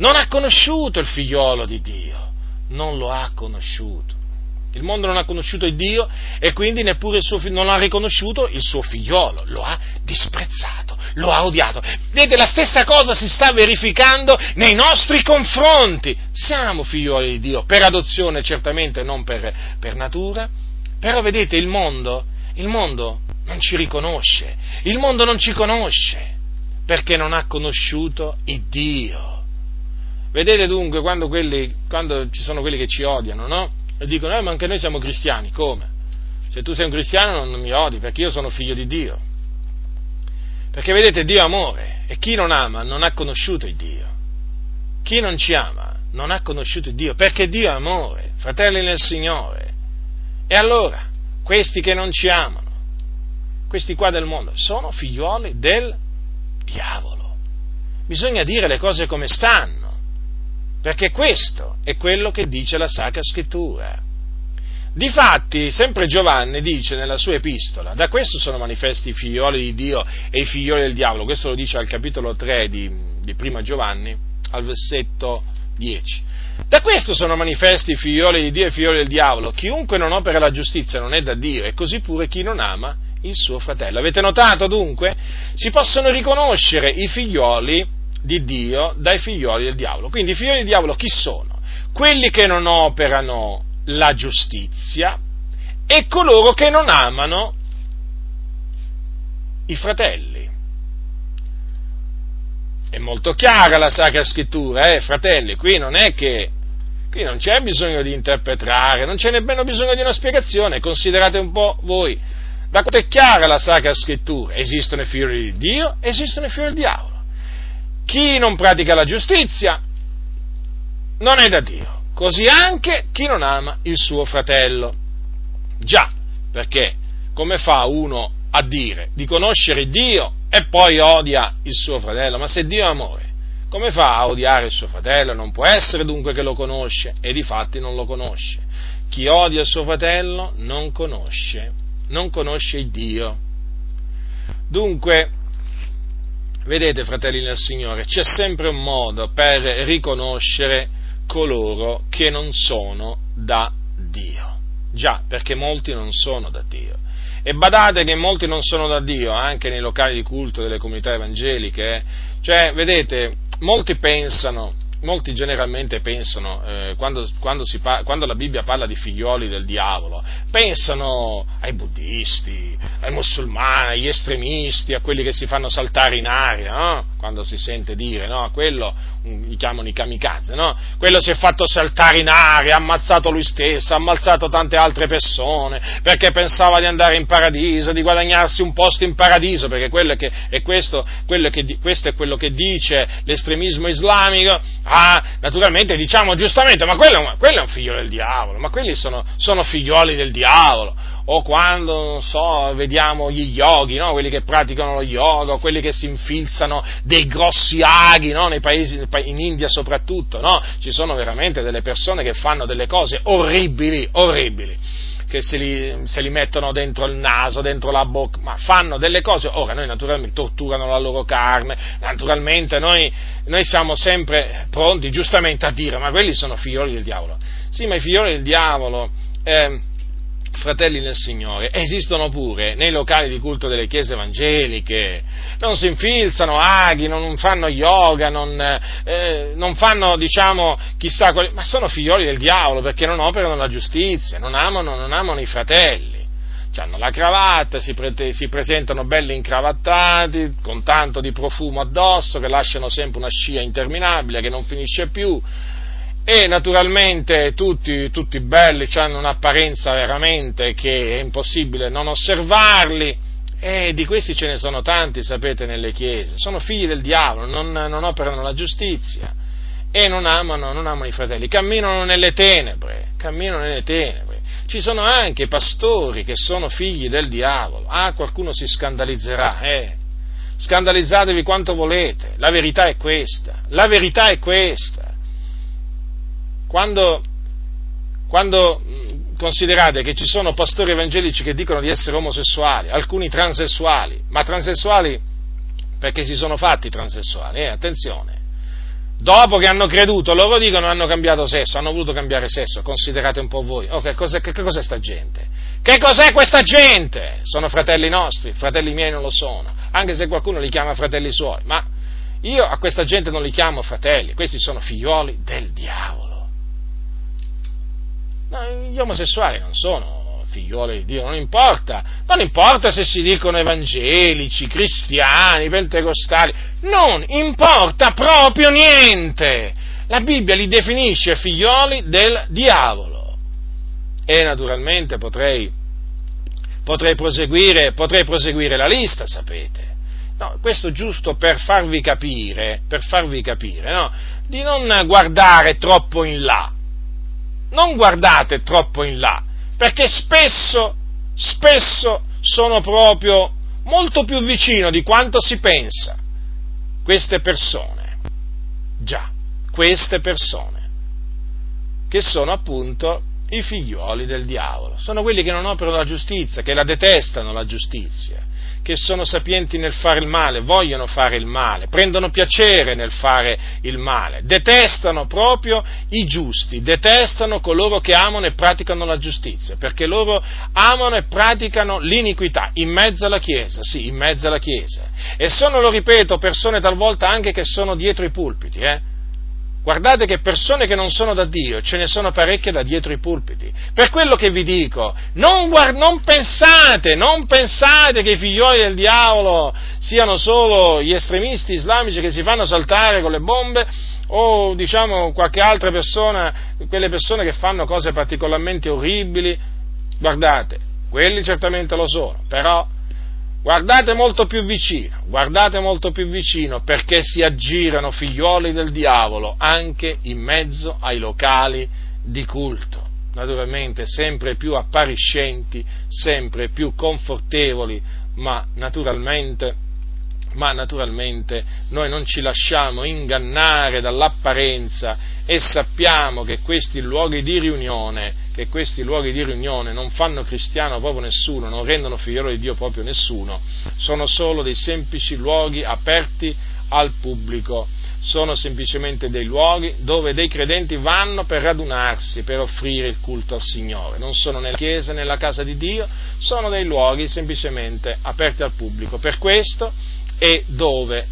il figliolo di Dio, non lo ha conosciuto. Il mondo non ha conosciuto il Dio e quindi neppure non ha riconosciuto il suo figliolo, lo ha disprezzato, lo ha odiato. Vedete, la stessa cosa si sta verificando nei nostri confronti. Siamo figlioli di Dio, per adozione certamente, non per natura, però vedete il mondo non ci riconosce, il mondo non ci conosce, perché non ha conosciuto il Dio. Vedete dunque, quando ci sono quelli che ci odiano, no? E dicono, ma anche noi siamo cristiani. Come? Se tu sei un cristiano non mi odi, perché io sono figlio di Dio. Perché vedete, Dio è amore, e chi non ama non ha conosciuto il Dio. Chi non ci ama non ha conosciuto il Dio, perché Dio è amore, fratelli nel Signore. E allora, questi che non ci amano, questi qua del mondo, sono figliuoli del diavolo. Bisogna dire le cose come stanno, perché questo è quello che dice la Sacra Scrittura. Difatti, sempre Giovanni dice nella sua epistola, da questo sono manifesti i figlioli di Dio e i figlioli del diavolo, questo lo dice al capitolo 3 di Prima Giovanni, al versetto 10. Da questo sono manifesti i figlioli di Dio e i figlioli del diavolo, chiunque non opera la giustizia non è da Dio, e così pure chi non ama il suo fratello. Avete notato dunque? Si possono riconoscere i figlioli di Dio dai figlioli del diavolo. Quindi i figlioli del diavolo chi sono? Quelli che non operano la giustizia e coloro che non amano i fratelli. È molto chiara la Sacra Scrittura, fratelli, qui non c'è bisogno di interpretare, non c'è nemmeno bisogno di una spiegazione, considerate un po' voi, da quanto è chiara la Sacra Scrittura, esistono i figli di Dio, esistono i figli del diavolo. Chi non pratica la giustizia non è da Dio, così anche chi non ama il suo fratello. Già, perché come fa uno a dire di conoscere Dio e poi odia il suo fratello? Ma se Dio è amore, come fa a odiare il suo fratello? Non può essere dunque che lo conosce, e difatti non lo conosce. Chi odia il suo fratello non conosce il Dio. Dunque, vedete, fratelli nel Signore, c'è sempre un modo per riconoscere coloro che non sono da Dio. Già, perché molti non sono da Dio. E badate che molti non sono da Dio anche nei locali di culto delle comunità evangeliche. Cioè, vedete, molti generalmente pensano, quando la Bibbia parla di figlioli del diavolo, pensano ai buddisti, ai musulmani, agli estremisti, a quelli che si fanno saltare in aria, no? Quando si sente dire, no? Quello li chiamano i kamikaze, no? Quello si è fatto saltare in aria, ha ammazzato lui stesso, ha ammazzato tante altre persone, perché pensava di andare in paradiso, di guadagnarsi un posto in paradiso, perché questo è quello che dice l'estremismo islamico. Naturalmente diciamo giustamente, ma quello è un figlio del diavolo, ma quelli sono figlioli del diavolo. O quando, non so, vediamo gli yogi, no? Quelli che praticano lo yoga, o quelli che si infilzano dei grossi aghi, no? Nei paesi, in India soprattutto, no? Ci sono veramente delle persone che fanno delle cose orribili, che se li mettono dentro il naso, dentro la bocca, ma fanno delle cose. Ora, noi naturalmente torturano la loro carne, naturalmente noi siamo sempre pronti giustamente a dire, ma quelli sono figlioli del diavolo. Sì, ma i figlioli del diavolo, fratelli nel Signore, esistono pure nei locali di culto delle chiese evangeliche, non si infilzano aghi, non fanno yoga, non fanno, diciamo, chissà quali, ma sono figlioli del diavolo, perché non operano la giustizia, non amano i fratelli, hanno la cravatta, si presentano belli incravattati, con tanto di profumo addosso, che lasciano sempre una scia interminabile, che non finisce più. E naturalmente tutti belli, hanno un'apparenza veramente che è impossibile non osservarli, e di questi ce ne sono tanti, sapete, nelle chiese. Sono figli del diavolo, non operano la giustizia e non amano i fratelli, camminano nelle tenebre. Ci sono anche pastori che sono figli del diavolo. Qualcuno si scandalizzerà, scandalizzatevi quanto volete, la verità è questa. Quando considerate che ci sono pastori evangelici che dicono di essere omosessuali, alcuni transessuali, ma transessuali perché si sono fatti transessuali, attenzione, dopo che hanno creduto, loro dicono hanno cambiato sesso, hanno voluto cambiare sesso, considerate un po' voi, che cos'è sta gente? Che cos'è questa gente? Sono fratelli nostri, fratelli miei non lo sono, anche se qualcuno li chiama fratelli suoi, ma io a questa gente non li chiamo fratelli, questi sono figlioli del diavolo. No, gli omosessuali non sono figlioli di Dio, non importa se si dicono evangelici, cristiani, pentecostali, non importa proprio niente, la Bibbia li definisce figlioli del diavolo. E naturalmente potrei proseguire la lista, sapete. No, questo giusto per farvi capire, no? Di non guardare troppo in là. Non guardate troppo in là, perché spesso sono proprio molto più vicino di quanto si pensa queste persone, che sono appunto i figlioli del diavolo, sono quelli che non operano la giustizia, che la detestano la giustizia, che sono sapienti nel fare il male, vogliono fare il male, prendono piacere nel fare il male, detestano proprio i giusti, detestano coloro che amano e praticano la giustizia, perché loro amano e praticano l'iniquità in mezzo alla Chiesa, e sono, lo ripeto, persone talvolta anche che sono dietro i pulpiti, Guardate che persone che non sono da Dio, ce ne sono parecchie da dietro i pulpiti. Per quello che vi dico, non pensate che i figlioli del diavolo siano solo gli estremisti islamici che si fanno saltare con le bombe, o diciamo qualche altra persona, quelle persone che fanno cose particolarmente orribili. Guardate, quelli certamente lo sono, però guardate molto più vicino, perché si aggirano figlioli del diavolo anche in mezzo ai locali di culto. Naturalmente sempre più appariscenti, sempre più confortevoli, ma naturalmente noi non ci lasciamo ingannare dall'apparenza e sappiamo che questi luoghi di riunione non fanno cristiano proprio nessuno, non rendono figliolo di Dio proprio nessuno, sono solo dei semplici luoghi aperti al pubblico, sono semplicemente dei luoghi dove dei credenti vanno per radunarsi, per offrire il culto al Signore, non sono nella chiesa, nella casa di Dio, sono dei luoghi semplicemente aperti al pubblico, per questo, e dove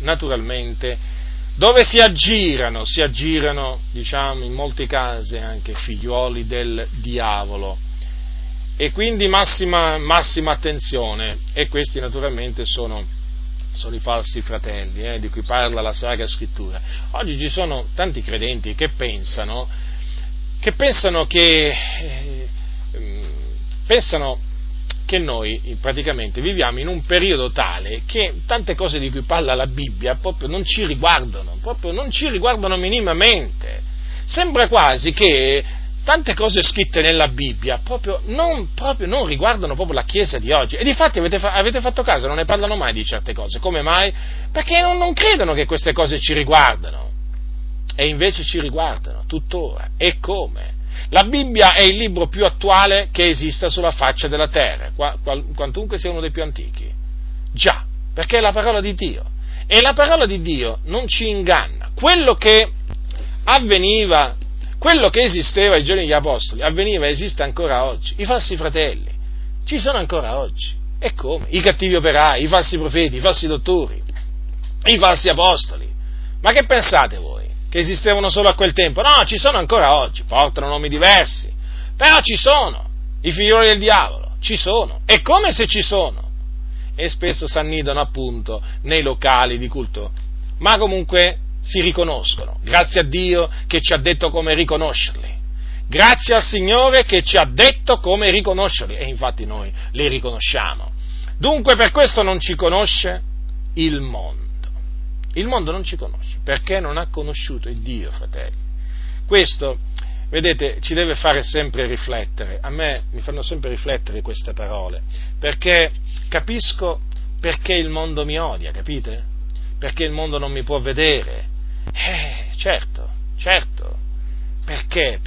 si aggirano, diciamo, in molti casi anche figlioli del diavolo, e quindi massima attenzione, e questi naturalmente sono i falsi fratelli, di cui parla la Sacra Scrittura. Oggi ci sono tanti credenti che pensano che noi praticamente viviamo in un periodo tale che tante cose di cui parla la Bibbia proprio non ci riguardano minimamente. Sembra quasi che tante cose scritte nella Bibbia proprio non riguardano proprio la Chiesa di oggi. E difatti avete fatto caso, non ne parlano mai di certe cose. Come mai? Perché non credono che queste cose ci riguardano. E invece ci riguardano, tuttora. E come? La Bibbia è il libro più attuale che esista sulla faccia della terra, quantunque sia uno dei più antichi. Già, perché è la parola di Dio. E la parola di Dio non ci inganna. Quello che esisteva ai giorni degli Apostoli, avveniva e esiste ancora oggi. I falsi fratelli ci sono ancora oggi. E come? I cattivi operai, i falsi profeti, i falsi dottori, i falsi apostoli. Ma che pensate voi? Che esistevano solo a quel tempo? No, ci sono ancora oggi, portano nomi diversi, però ci sono, i figlioli del diavolo, ci sono, e come se ci sono, e spesso s'annidano appunto nei locali di culto, ma comunque si riconoscono, grazie a Dio che ci ha detto come riconoscerli, grazie al Signore che ci ha detto come riconoscerli, e infatti noi li riconosciamo. Dunque per questo non ci conosce il mondo. Il mondo non ci conosce, perché non ha conosciuto il Dio, fratelli. Questo, vedete, ci deve fare sempre riflettere. A me mi fanno sempre riflettere queste parole, perché capisco perché il mondo mi odia, capite? Perché il mondo non mi può vedere. Certo. Perché?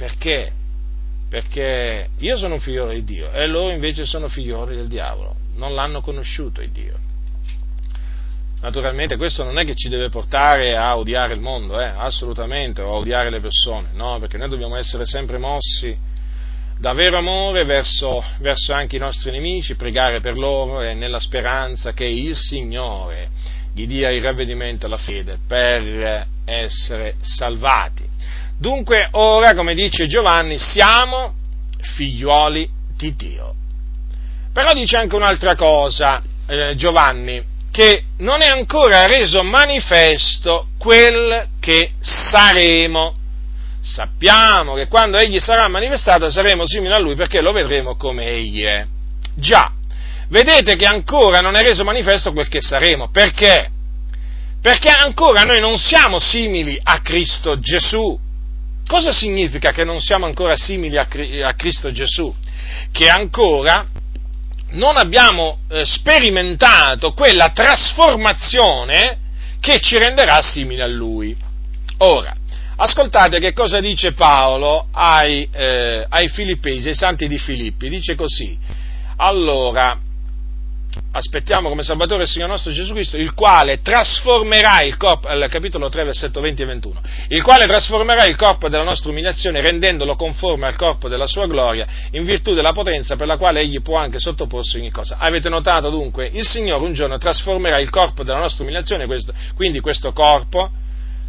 Perché io sono un figliolo di Dio e loro invece sono figlioli del diavolo. Non l'hanno conosciuto il Dio. Naturalmente questo non è che ci deve portare a odiare il mondo, assolutamente, o a odiare le persone, no, perché noi dobbiamo essere sempre mossi da vero amore verso anche i nostri nemici, pregare per loro e nella speranza che il Signore gli dia il ravvedimento alla fede per essere salvati. Dunque ora, come dice Giovanni, siamo figlioli di Dio. Però dice anche un'altra cosa, Giovanni, che non è ancora reso manifesto quel che saremo. Sappiamo che quando Egli sarà manifestato saremo simili a Lui perché lo vedremo come Egli è. Già, vedete che ancora non è reso manifesto quel che saremo. Perché? Perché ancora noi non siamo simili a Cristo Gesù. Cosa significa che non siamo ancora simili a Cristo Gesù? Che ancora non abbiamo sperimentato quella trasformazione che ci renderà simili a Lui. Ora, ascoltate che cosa dice Paolo ai Filippesi, ai santi di Filippi. Dice così: allora, aspettiamo come Salvatore il Signore nostro Gesù Cristo, il quale trasformerà il corpo, al capitolo 3, versetto 20 e 21, il quale trasformerà il corpo della nostra umiliazione, rendendolo conforme al corpo della sua gloria, in virtù della potenza per la quale Egli può anche sottoporsi ogni cosa. Avete notato dunque? Il Signore un giorno trasformerà il corpo della nostra umiliazione, quindi questo corpo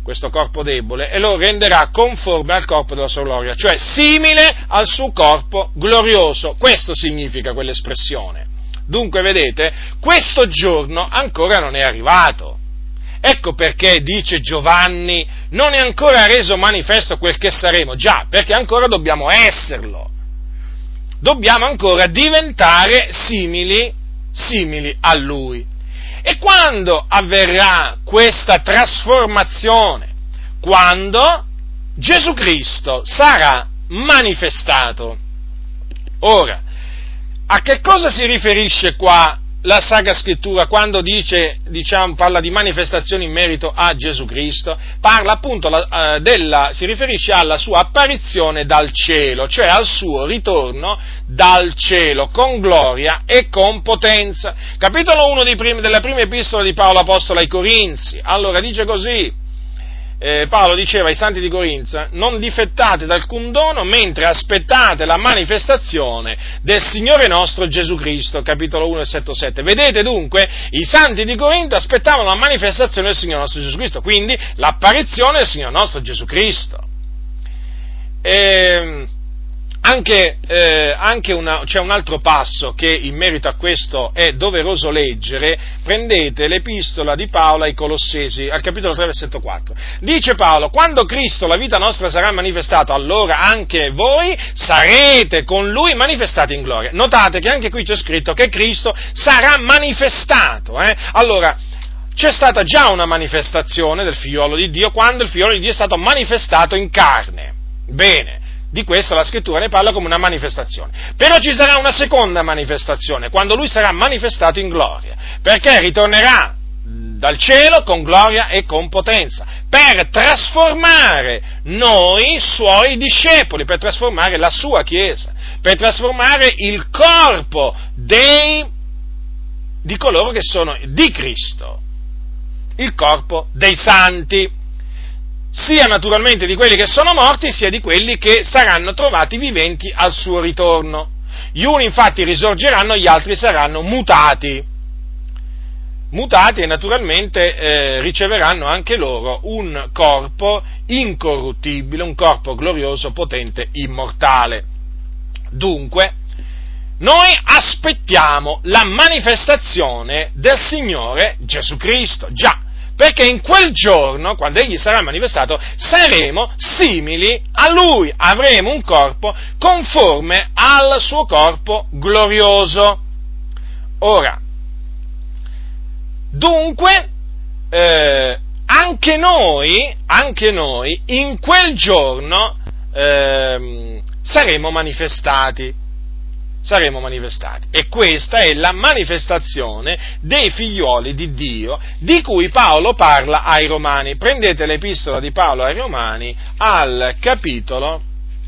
questo corpo debole, e lo renderà conforme al corpo della sua gloria, cioè simile al suo corpo glorioso. Questo significa quell'espressione. Dunque, vedete, questo giorno ancora non è arrivato. Ecco perché dice Giovanni, non è ancora reso manifesto quel che saremo, già, perché ancora dobbiamo esserlo. Dobbiamo ancora diventare simili a Lui. E quando avverrà questa trasformazione? Quando Gesù Cristo sarà manifestato. Ora, a che cosa si riferisce qua la Sacra Scrittura quando parla di manifestazioni in merito a Gesù Cristo? Parla appunto si riferisce alla sua apparizione dal cielo, cioè al suo ritorno dal cielo con gloria e con potenza. Capitolo 1 della prima epistola di Paolo Apostolo ai Corinzi. Allora dice così. Paolo diceva ai santi di Corinza: non difettate da alcun dono mentre aspettate la manifestazione del Signore nostro Gesù Cristo, capitolo 1, versetto 7. Vedete dunque, i santi di Corinto aspettavano la manifestazione del Signore nostro Gesù Cristo, quindi l'apparizione del Signore nostro Gesù Cristo. C'è un altro passo che in merito a questo è doveroso leggere. Prendete l'epistola di Paolo ai Colossesi, al capitolo 3, versetto 4. Dice Paolo: quando Cristo, la vita nostra, sarà manifestato, allora anche voi sarete con Lui manifestati in gloria. Notate che anche qui c'è scritto che Cristo sarà manifestato. Allora, c'è stata già una manifestazione del Figliolo di Dio quando il Figliolo di Dio è stato manifestato in carne. Bene. Di questo la Scrittura ne parla come una manifestazione. Però ci sarà una seconda manifestazione, quando Lui sarà manifestato in gloria, perché ritornerà dal cielo con gloria e con potenza, per trasformare noi, Suoi discepoli, per trasformare la Sua Chiesa, per trasformare il corpo di coloro che sono di Cristo, il corpo dei santi, sia naturalmente di quelli che sono morti, sia di quelli che saranno trovati viventi al suo ritorno. Gli uni infatti risorgeranno, gli altri saranno mutati e naturalmente riceveranno anche loro un corpo incorruttibile, un corpo glorioso, potente, immortale. Dunque, noi aspettiamo la manifestazione del Signore Gesù Cristo, già, perché in quel giorno, quando Egli sarà manifestato, saremo simili a Lui, avremo un corpo conforme al suo corpo glorioso. Ora, dunque, anche noi, in quel giorno saremo manifestati. E questa è la manifestazione dei figlioli di Dio di cui Paolo parla ai Romani. Prendete l'epistola di Paolo ai Romani al capitolo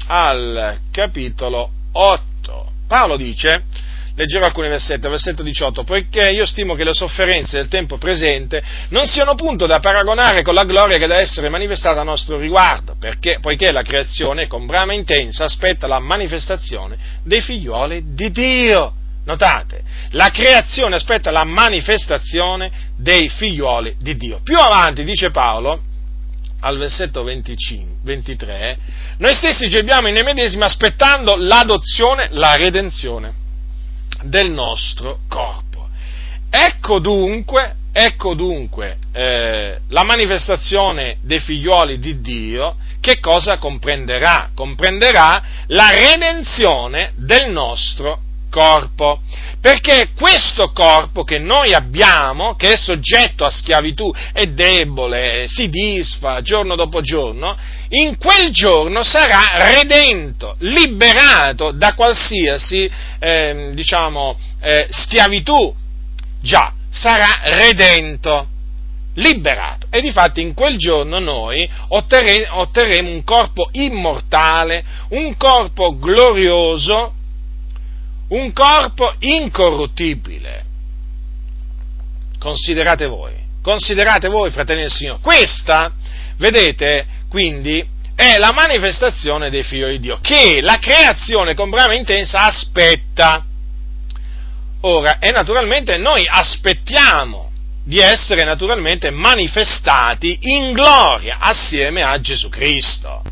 8. Paolo dice, leggerò alcuni versetti, al versetto 18: poiché io stimo che le sofferenze del tempo presente non siano punto da paragonare con la gloria che deve essere manifestata a nostro riguardo, poiché la creazione con brama intensa aspetta la manifestazione dei figlioli di Dio. Notate, la creazione aspetta la manifestazione dei figlioli di Dio. Più avanti dice Paolo, al versetto 23, noi stessi gebbiamo in noi medesimi aspettando l'adozione, la redenzione del nostro corpo. Ecco dunque la manifestazione dei figlioli di Dio che cosa comprenderà? Comprenderà la redenzione del nostro corpo, perché questo corpo che noi abbiamo, che è soggetto a schiavitù, è debole, si disfa giorno dopo giorno, in quel giorno sarà redento, liberato da qualsiasi schiavitù, già, sarà redento, liberato, e difatti in quel giorno noi otterremo un corpo immortale, un corpo glorioso, un corpo incorruttibile. Considerate voi, fratelli del Signore, questa, vedete, quindi, è la manifestazione dei figli di Dio, che la creazione con brama intensa aspetta. Ora, e naturalmente noi aspettiamo di essere naturalmente manifestati in gloria assieme a Gesù Cristo.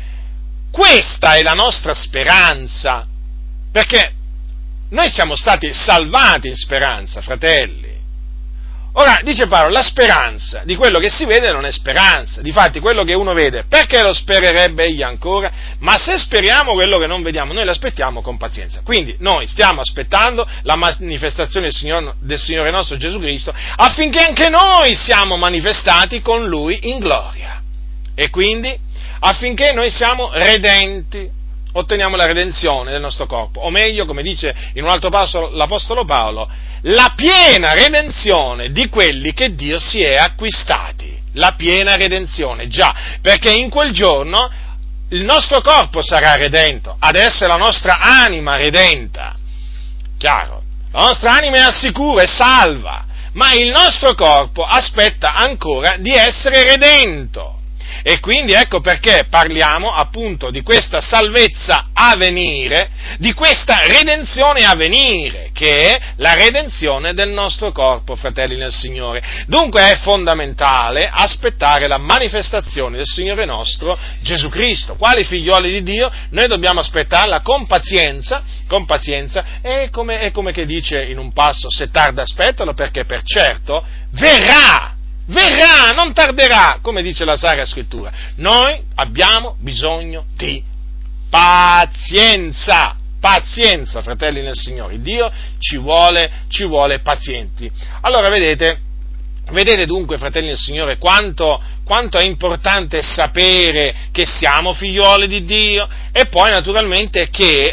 Questa è la nostra speranza, perché noi siamo stati salvati in speranza, fratelli. Ora, dice Paolo, la speranza di quello che si vede non è speranza. Difatti, quello che uno vede, perché lo spererebbe egli ancora? Ma se speriamo quello che non vediamo, noi l'aspettiamo con pazienza. Quindi, noi stiamo aspettando la manifestazione del Signore nostro Gesù Cristo, affinché anche noi siamo manifestati con Lui in gloria. E quindi, affinché noi siamo redenti, otteniamo la redenzione del nostro corpo, o meglio, come dice in un altro passo l'Apostolo Paolo, la piena redenzione di quelli che Dio si è acquistati, la piena redenzione, già, perché in quel giorno il nostro corpo sarà redento, adesso è la nostra anima redenta, chiaro, la nostra anima è al sicuro, è salva, ma il nostro corpo aspetta ancora di essere redento. E quindi ecco perché parliamo appunto di questa salvezza a venire, di questa redenzione a venire, che è la redenzione del nostro corpo, fratelli nel Signore. Dunque è fondamentale aspettare la manifestazione del Signore nostro Gesù Cristo. Quali figlioli di Dio, noi dobbiamo aspettarla con pazienza, e come che dice in un passo, se tarda aspettalo, perché per certo verrà, non tarderà, come dice la Sacra Scrittura. Noi abbiamo bisogno di pazienza, fratelli nel Signore. Dio ci vuole pazienti. Allora vedete dunque, fratelli del Signore, quanto è importante sapere che siamo figlioli di Dio, e poi naturalmente che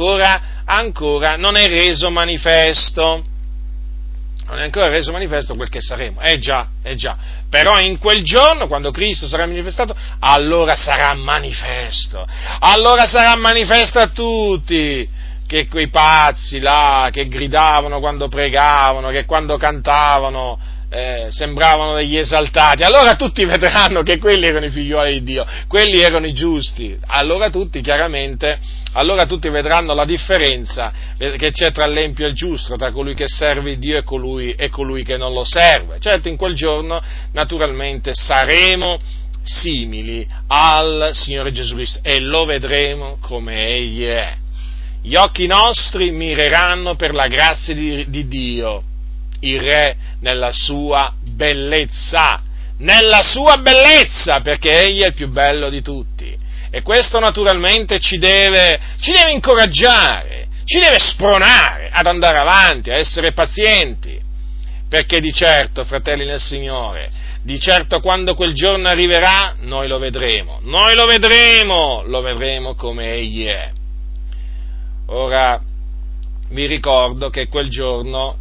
ancora non è reso manifesto. Non è ancora reso manifesto quel che saremo, già, però in quel giorno, quando Cristo sarà manifestato, allora sarà manifesto a tutti, che quei pazzi là, che gridavano quando pregavano, che quando cantavano, sembravano degli esaltati, allora tutti vedranno che quelli erano i figlioli di Dio, quelli erano i giusti, allora tutti vedranno la differenza che c'è tra l'empio e il giusto, tra colui che serve Dio e colui che non lo serve. Certo, in quel giorno naturalmente saremo simili al Signore Gesù Cristo e lo vedremo come Egli è. Gli occhi nostri mireranno per la grazia di Dio, il Re nella sua bellezza, perché Egli è il più bello di tutti. E questo naturalmente ci deve incoraggiare, ci deve spronare ad andare avanti, a essere pazienti, perché di certo, fratelli nel Signore, di certo quando quel giorno arriverà, noi lo vedremo come Egli è. Ora, vi ricordo che quel giorno,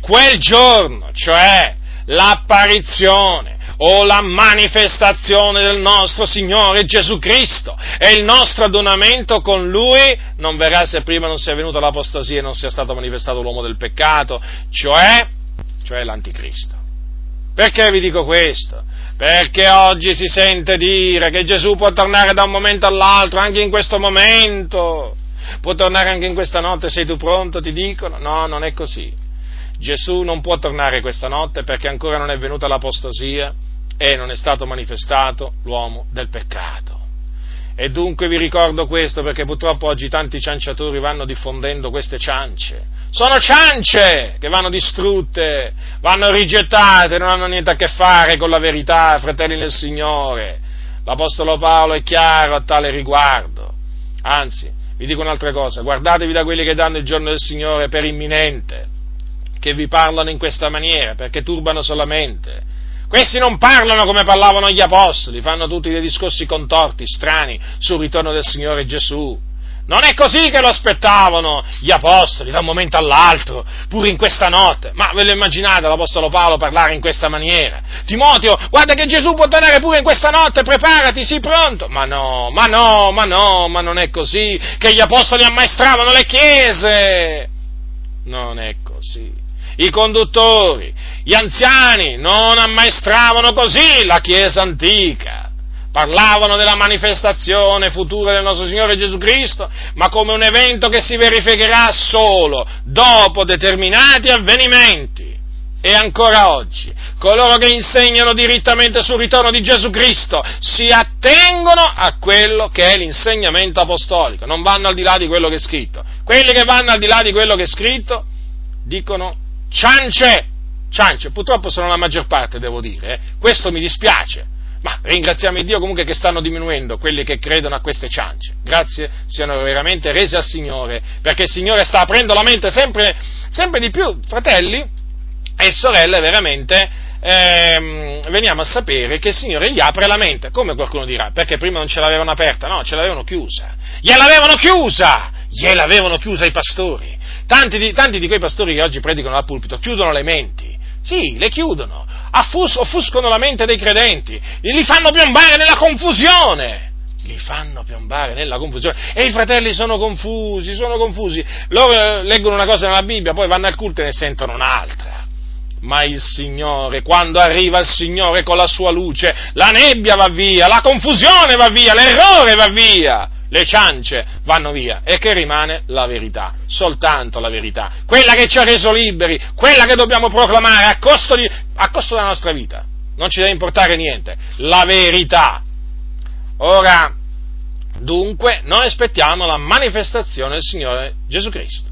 cioè l'apparizione o la manifestazione del nostro Signore Gesù Cristo e il nostro adunamento con Lui non verrà se prima non sia venuta l'apostasia e non sia stato manifestato l'uomo del peccato, cioè l'anticristo. Perché vi dico questo? Perché oggi si sente dire che Gesù può tornare da un momento all'altro, anche in questo momento, può tornare anche in questa notte, sei tu pronto, ti dicono? No, non è così. Gesù non può tornare questa notte perché ancora non è venuta l'apostasia e non è stato manifestato l'uomo del peccato. E dunque vi ricordo questo perché purtroppo oggi tanti cianciatori vanno diffondendo queste ciance. Sono ciance che vanno distrutte, vanno rigettate, non hanno niente a che fare con la verità, fratelli nel Signore. L'Apostolo Paolo è chiaro a tale riguardo. Anzi, vi dico un'altra cosa, guardatevi da quelli che danno il giorno del Signore per imminente, che vi parlano in questa maniera, perché turbano solamente. Questi non parlano come parlavano gli apostoli, fanno tutti dei discorsi contorti, strani, sul ritorno del Signore Gesù. Non è così che lo aspettavano gli apostoli, da un momento all'altro, pure in questa notte. Ma ve lo immaginate l'Apostolo Paolo parlare in questa maniera? Timoteo, guarda che Gesù può tornare pure in questa notte, preparati, sii pronto. Ma non è così che gli apostoli ammaestravano le chiese. Non è così. I conduttori, gli anziani non ammaestravano così la Chiesa antica. Parlavano della manifestazione futura del nostro Signore Gesù Cristo, ma come un evento che si verificherà solo dopo determinati avvenimenti. e ancora oggi coloro che insegnano direttamente sul ritorno di Gesù Cristo si attengono a quello che è l'insegnamento apostolico, non vanno al di là di quello che è scritto. Quelli che vanno al di là di quello che è scritto dicono ciance, purtroppo sono la maggior parte, devo dire, questo mi dispiace, ma ringraziamo il Dio comunque che stanno diminuendo quelli che credono a queste ciance. Grazie siano veramente rese al Signore, perché il Signore sta aprendo la mente sempre di più, fratelli e sorelle, veramente veniamo a sapere che il Signore gli apre la mente. Come qualcuno dirà, perché prima non ce l'avevano aperta? No, ce l'avevano chiusa, gliel'avevano chiusa i pastori. Tanti di quei pastori che oggi predicano al pulpito chiudono le menti, sì, le chiudono, offuscano la mente dei credenti, li fanno piombare nella confusione, e i fratelli sono confusi, loro leggono una cosa nella Bibbia, poi vanno al culto e ne sentono un'altra. Ma il Signore, quando arriva il Signore con la sua luce, la nebbia va via, la confusione va via, l'errore va via, le ciance vanno via, e che rimane la verità, soltanto la verità, quella che ci ha reso liberi, quella che dobbiamo proclamare a costo della nostra vita, non ci deve importare niente, la verità. Ora, dunque, noi aspettiamo la manifestazione del Signore Gesù Cristo.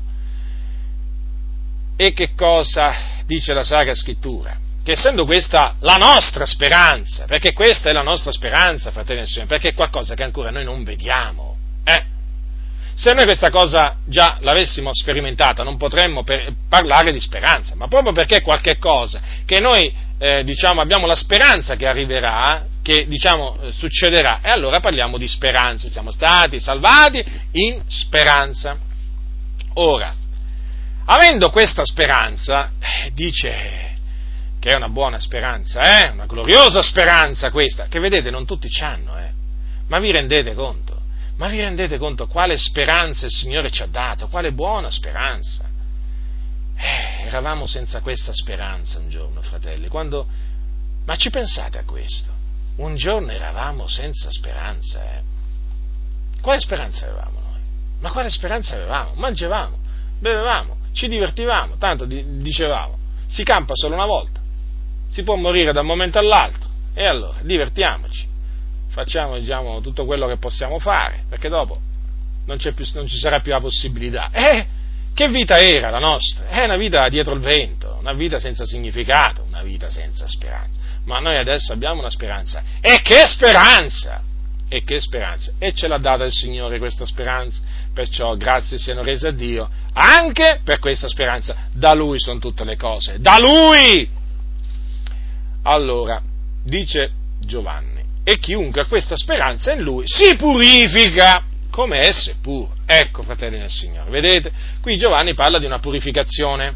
E che cosa dice la Sacra Scrittura? Che essendo questa la nostra speranza, perché questa è la nostra speranza, fratelli e sorelle, perché è qualcosa che ancora noi non vediamo. Se noi questa cosa già l'avessimo sperimentata, non potremmo parlare di speranza, ma proprio perché è qualche cosa che noi abbiamo la speranza che arriverà, che succederà, e allora parliamo di speranza. Siamo stati salvati in speranza. Ora, avendo questa speranza, dice che è una buona speranza, una gloriosa speranza questa, che vedete non tutti c'hanno, ma vi rendete conto? Ma vi rendete conto quale speranza il Signore ci ha dato? Quale buona speranza? Eravamo senza questa speranza un giorno, fratelli, ma ci pensate a questo? Un giorno eravamo senza speranza, Quale speranza avevamo noi? Ma quale speranza avevamo? Mangiavamo, bevevamo, ci divertivamo, tanto dicevamo, si campa solo una volta, si può morire da un momento all'altro, e allora divertiamoci, facciamo tutto quello che possiamo fare, perché dopo non ci sarà più la possibilità. Che vita era la nostra? È una vita dietro il vento, una vita senza significato, una vita senza speranza. Ma noi adesso abbiamo una speranza, e che speranza! E ce l'ha data il Signore questa speranza, perciò grazie siano rese a Dio anche per questa speranza. Da Lui sono tutte le cose, da Lui! Allora, dice Giovanni, e chiunque ha questa speranza in Lui si purifica come esso è puro. Ecco, fratelli nel Signore, vedete? Qui Giovanni parla di una purificazione,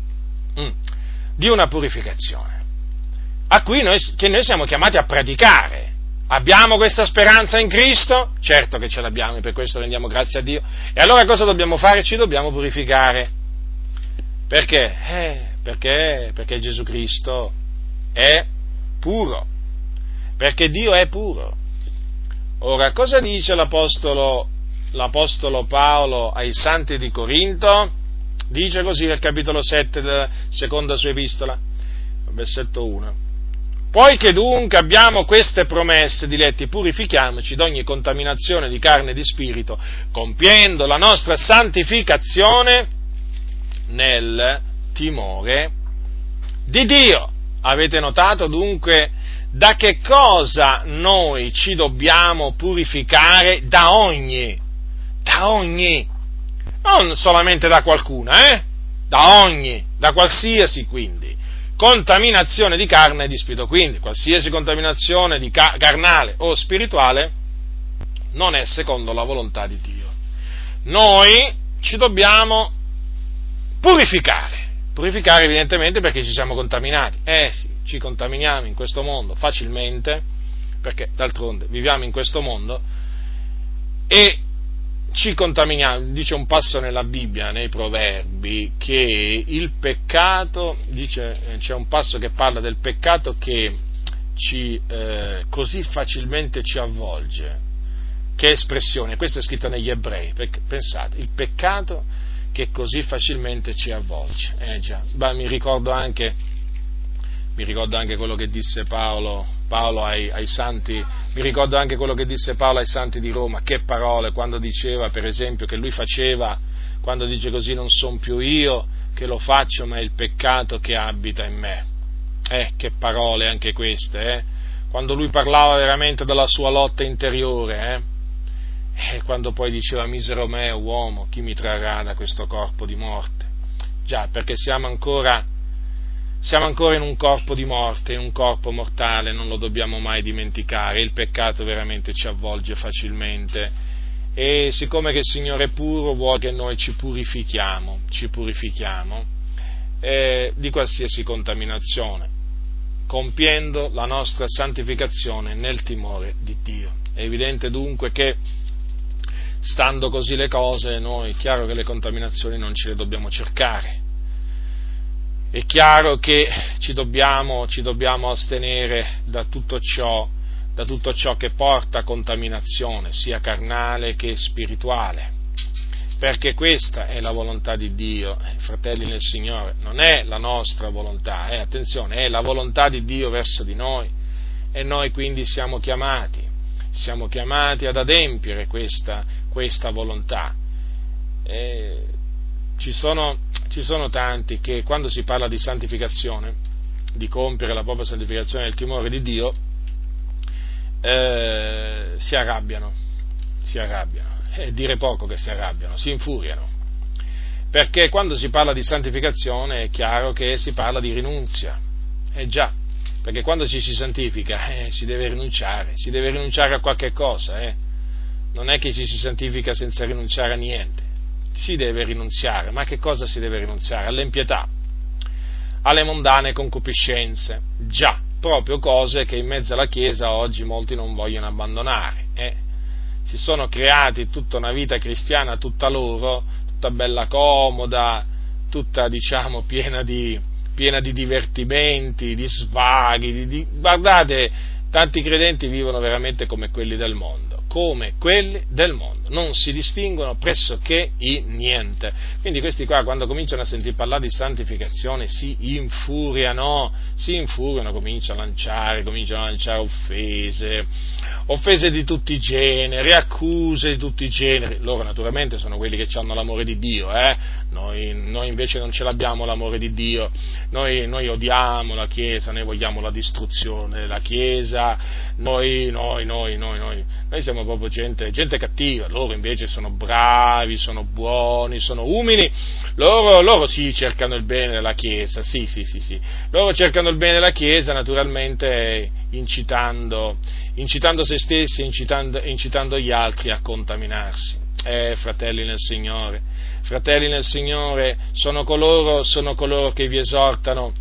che noi siamo chiamati a praticare. Abbiamo questa speranza in Cristo? Certo che ce l'abbiamo, e per questo rendiamo grazie a Dio. E allora cosa dobbiamo fare? Ci dobbiamo purificare. Perché? Perché Gesù Cristo è puro, perché Dio è puro. Ora, cosa dice l'Apostolo Paolo ai Santi di Corinto? Dice così nel capitolo 7 della seconda sua epistola, versetto 1. Poiché dunque abbiamo queste promesse, diletti, purifichiamoci d'ogni contaminazione di carne e di spirito, compiendo la nostra santificazione nel timore di Dio. Avete notato dunque da che cosa noi ci dobbiamo purificare? Da ogni, non solamente da qualcuna, da qualsiasi, quindi, contaminazione di carne e di spirito. Quindi qualsiasi contaminazione di carnale o spirituale non è secondo la volontà di Dio. Noi ci dobbiamo purificare evidentemente perché ci siamo contaminati. Sì, ci contaminiamo in questo mondo facilmente, perché d'altronde viviamo in questo mondo, e ci contaminiamo. Dice un passo nella Bibbia, nei Proverbi, che il peccato, c'è un passo che parla del peccato che così facilmente ci avvolge. Che espressione? Questo è scritto negli Ebrei, pensate, il peccato che così facilmente ci avvolge. Già, mi ricordo anche Mi ricordo anche quello che disse Paolo ai santi, mi ricordo anche quello che disse Paolo ai santi di Roma, che parole, quando diceva, per esempio, che lui faceva, quando dice così, non son più io che lo faccio, ma è il peccato che abita in me. Che parole anche queste, quando lui parlava veramente della sua lotta interiore, quando poi diceva, misero me, uomo, chi mi trarrà da questo corpo di morte? Già, perché siamo ancora in un corpo di morte, in un corpo mortale, non lo dobbiamo mai dimenticare, il peccato veramente ci avvolge facilmente e siccome che il Signore è puro vuole che noi ci purifichiamo di qualsiasi contaminazione, compiendo la nostra santificazione nel timore di Dio. È evidente dunque che, stando così le cose, noi è chiaro che le contaminazioni non ce le dobbiamo cercare. È chiaro che ci dobbiamo astenere da tutto ciò che porta a contaminazione, sia carnale che spirituale, perché questa è la volontà di Dio, fratelli nel Signore, non è la nostra volontà, attenzione, è la volontà di Dio verso di noi, e noi quindi siamo chiamati ad adempiere questa volontà. Ci sono tanti che quando si parla di santificazione, di compiere la propria santificazione nel timore di Dio, si arrabbiano, dire poco che si arrabbiano, si infuriano, perché quando si parla di santificazione è chiaro che si parla di rinunzia, già, perché quando ci si santifica si deve rinunciare a qualche cosa, non è che ci si santifica senza rinunciare a niente. Si deve rinunziare, ma a che cosa si deve rinunziare? All'impietà, alle mondane concupiscenze, già, proprio cose che in mezzo alla Chiesa oggi molti non vogliono abbandonare. Si sono creati tutta una vita cristiana tutta loro, tutta bella comoda, tutta diciamo piena di divertimenti, di svaghi, guardate, tanti credenti vivono veramente come quelli del mondo, non si distinguono pressoché in niente. Quindi questi qua, quando cominciano a sentir parlare di santificazione, si infuriano, cominciano a lanciare offese di tutti i generi, accuse di tutti i generi. Loro naturalmente sono quelli che hanno l'amore di Dio, Noi invece non ce l'abbiamo l'amore di Dio, noi odiamo la Chiesa, noi vogliamo la distruzione della Chiesa, noi siamo proprio gente cattiva. Loro invece sono bravi, sono buoni, sono umili, loro sì cercano il bene della Chiesa, sì, loro cercano il bene della Chiesa naturalmente incitando se stessi, incitando gli altri a contaminarsi. Fratelli nel Signore, sono coloro che vi esortano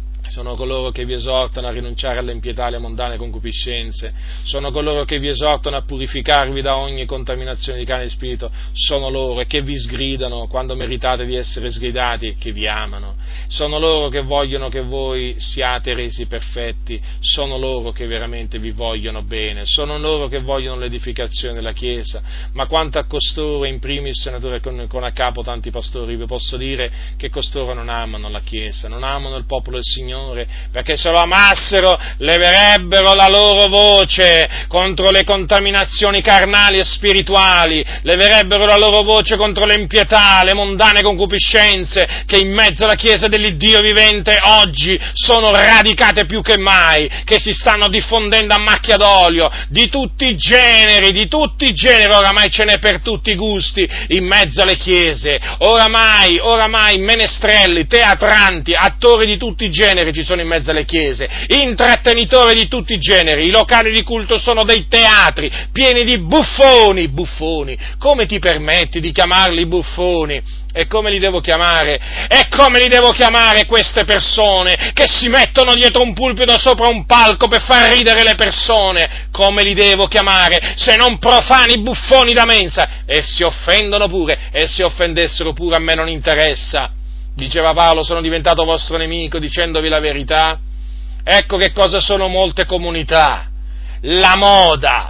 a rinunciare all'impietà, alle mondane concupiscenze, sono coloro che vi esortano a purificarvi da ogni contaminazione di carne e spirito, sono loro che vi sgridano quando meritate di essere sgridati, che vi amano, sono loro che vogliono che voi siate resi perfetti, sono loro che veramente vi vogliono bene, sono loro che vogliono l'edificazione della Chiesa. Ma quanto a costoro, in primis, senatore, con a capo tanti pastori, vi posso dire che costoro non amano la Chiesa, non amano il popolo del Signore, perché se lo amassero leverebbero la loro voce contro le contaminazioni carnali e spirituali, leverebbero la loro voce contro le impietà, le mondane concupiscenze che in mezzo alla Chiesa dell'Iddio vivente oggi sono radicate più che mai, che si stanno diffondendo a macchia d'olio, di tutti i generi, oramai ce n'è per tutti i gusti in mezzo alle chiese, oramai menestrelli, teatranti, attori di tutti i generi ci sono in mezzo alle chiese, intrattenitori di tutti i generi, i locali di culto sono dei teatri pieni di buffoni, come ti permetti di chiamarli buffoni? E come li devo chiamare queste persone che si mettono dietro un pulpito sopra un palco per far ridere le persone? Come li devo chiamare se non profani buffoni da mensa? E si offendono pure, e se offendessero pure a me non interessa. Diceva Paolo, sono diventato vostro nemico dicendovi la verità. Ecco che cosa sono molte comunità. La moda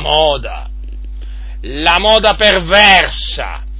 perversa,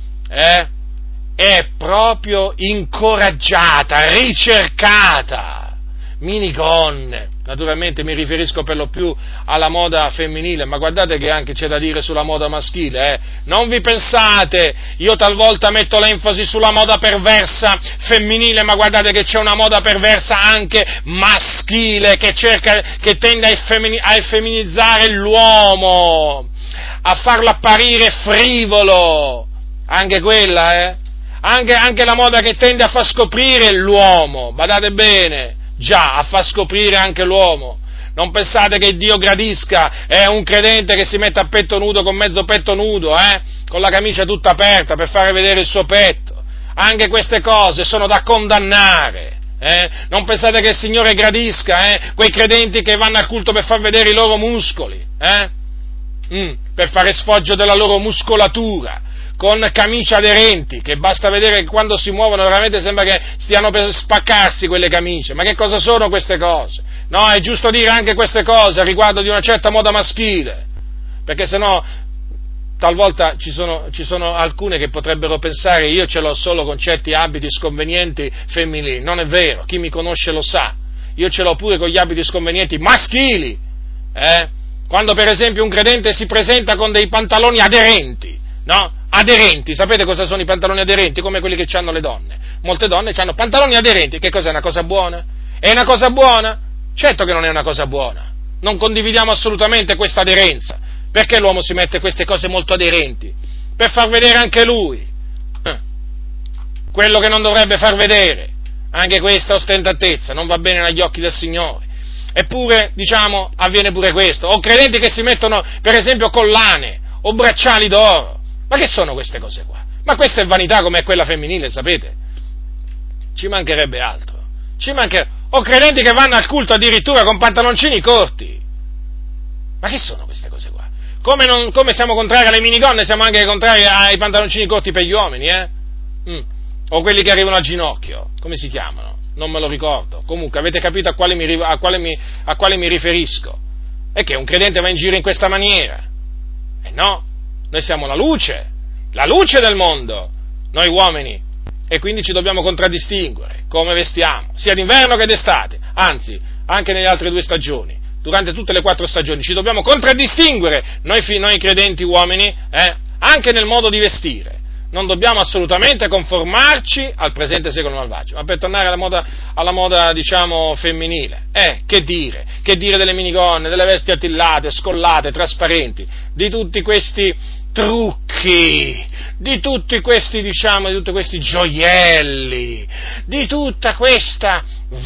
è proprio incoraggiata, ricercata, minigonne. Naturalmente mi riferisco per lo più alla moda femminile, ma guardate che anche c'è da dire sulla moda maschile, Non vi pensate, io talvolta metto l'enfasi sulla moda perversa femminile, ma guardate che c'è una moda perversa anche maschile che tende a effeminizzare l'uomo, a farlo apparire frivolo, anche quella, Anche la moda che tende a far scoprire l'uomo, badate bene, già, a far scoprire anche l'uomo. Non pensate che Dio gradisca un credente che si mette a petto nudo, con mezzo petto nudo, con la camicia tutta aperta per fare vedere il suo petto. Anche queste cose sono da condannare. Non pensate che il Signore gradisca quei credenti che vanno al culto per far vedere i loro muscoli, per fare sfoggio della loro muscolatura, con camicie aderenti, che basta vedere che quando si muovono veramente sembra che stiano per spaccarsi quelle camicie. Ma che cosa sono queste cose? No, è giusto dire anche queste cose a riguardo di una certa moda maschile, perché sennò talvolta ci sono alcune che potrebbero pensare io ce l'ho solo con certi abiti sconvenienti femminili. Non è vero, chi mi conosce lo sa, io ce l'ho pure con gli abiti sconvenienti maschili, Quando per esempio un credente si presenta con dei pantaloni aderenti, no? Aderenti, sapete cosa sono i pantaloni aderenti? Come quelli che hanno le donne. Molte donne hanno pantaloni aderenti, che cos'è, una cosa buona? È una cosa buona? Certo che non è una cosa buona, non condividiamo assolutamente questa aderenza. Perché l'uomo si mette queste cose molto aderenti? Per far vedere anche lui quello che non dovrebbe far vedere. Anche questa ostentatezza non va bene agli occhi del Signore. Eppure, avviene pure questo. O credenti che si mettono, per esempio, collane o bracciali d'oro. Ma che sono queste cose qua? Ma questa è vanità come quella femminile, sapete? Ci mancherebbe altro. O credenti che vanno al culto addirittura con pantaloncini corti. Ma che sono queste cose qua? Come siamo contrari alle minigonne, siamo anche contrari ai pantaloncini corti per gli uomini, O quelli che arrivano al ginocchio, come si chiamano? Non me lo ricordo. Comunque, avete capito a quale mi riferisco? È che un credente va in giro in questa maniera. No, noi siamo la luce del mondo, noi uomini, e quindi ci dobbiamo contraddistinguere come vestiamo, sia d'inverno che d'estate, anzi, anche nelle altre 2 stagioni, durante tutte le 4 stagioni, ci dobbiamo contraddistinguere noi credenti uomini, anche nel modo di vestire. Non dobbiamo assolutamente conformarci al presente secolo malvagio. Ma per tornare alla moda femminile, che dire delle minigonne, delle vesti attillate, scollate, trasparenti, di tutti questi trucchi, di tutti questi gioielli, di tutta questa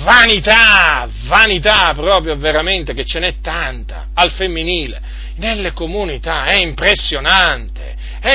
vanità proprio veramente, che ce n'è tanta al femminile nelle comunità, è impressionante.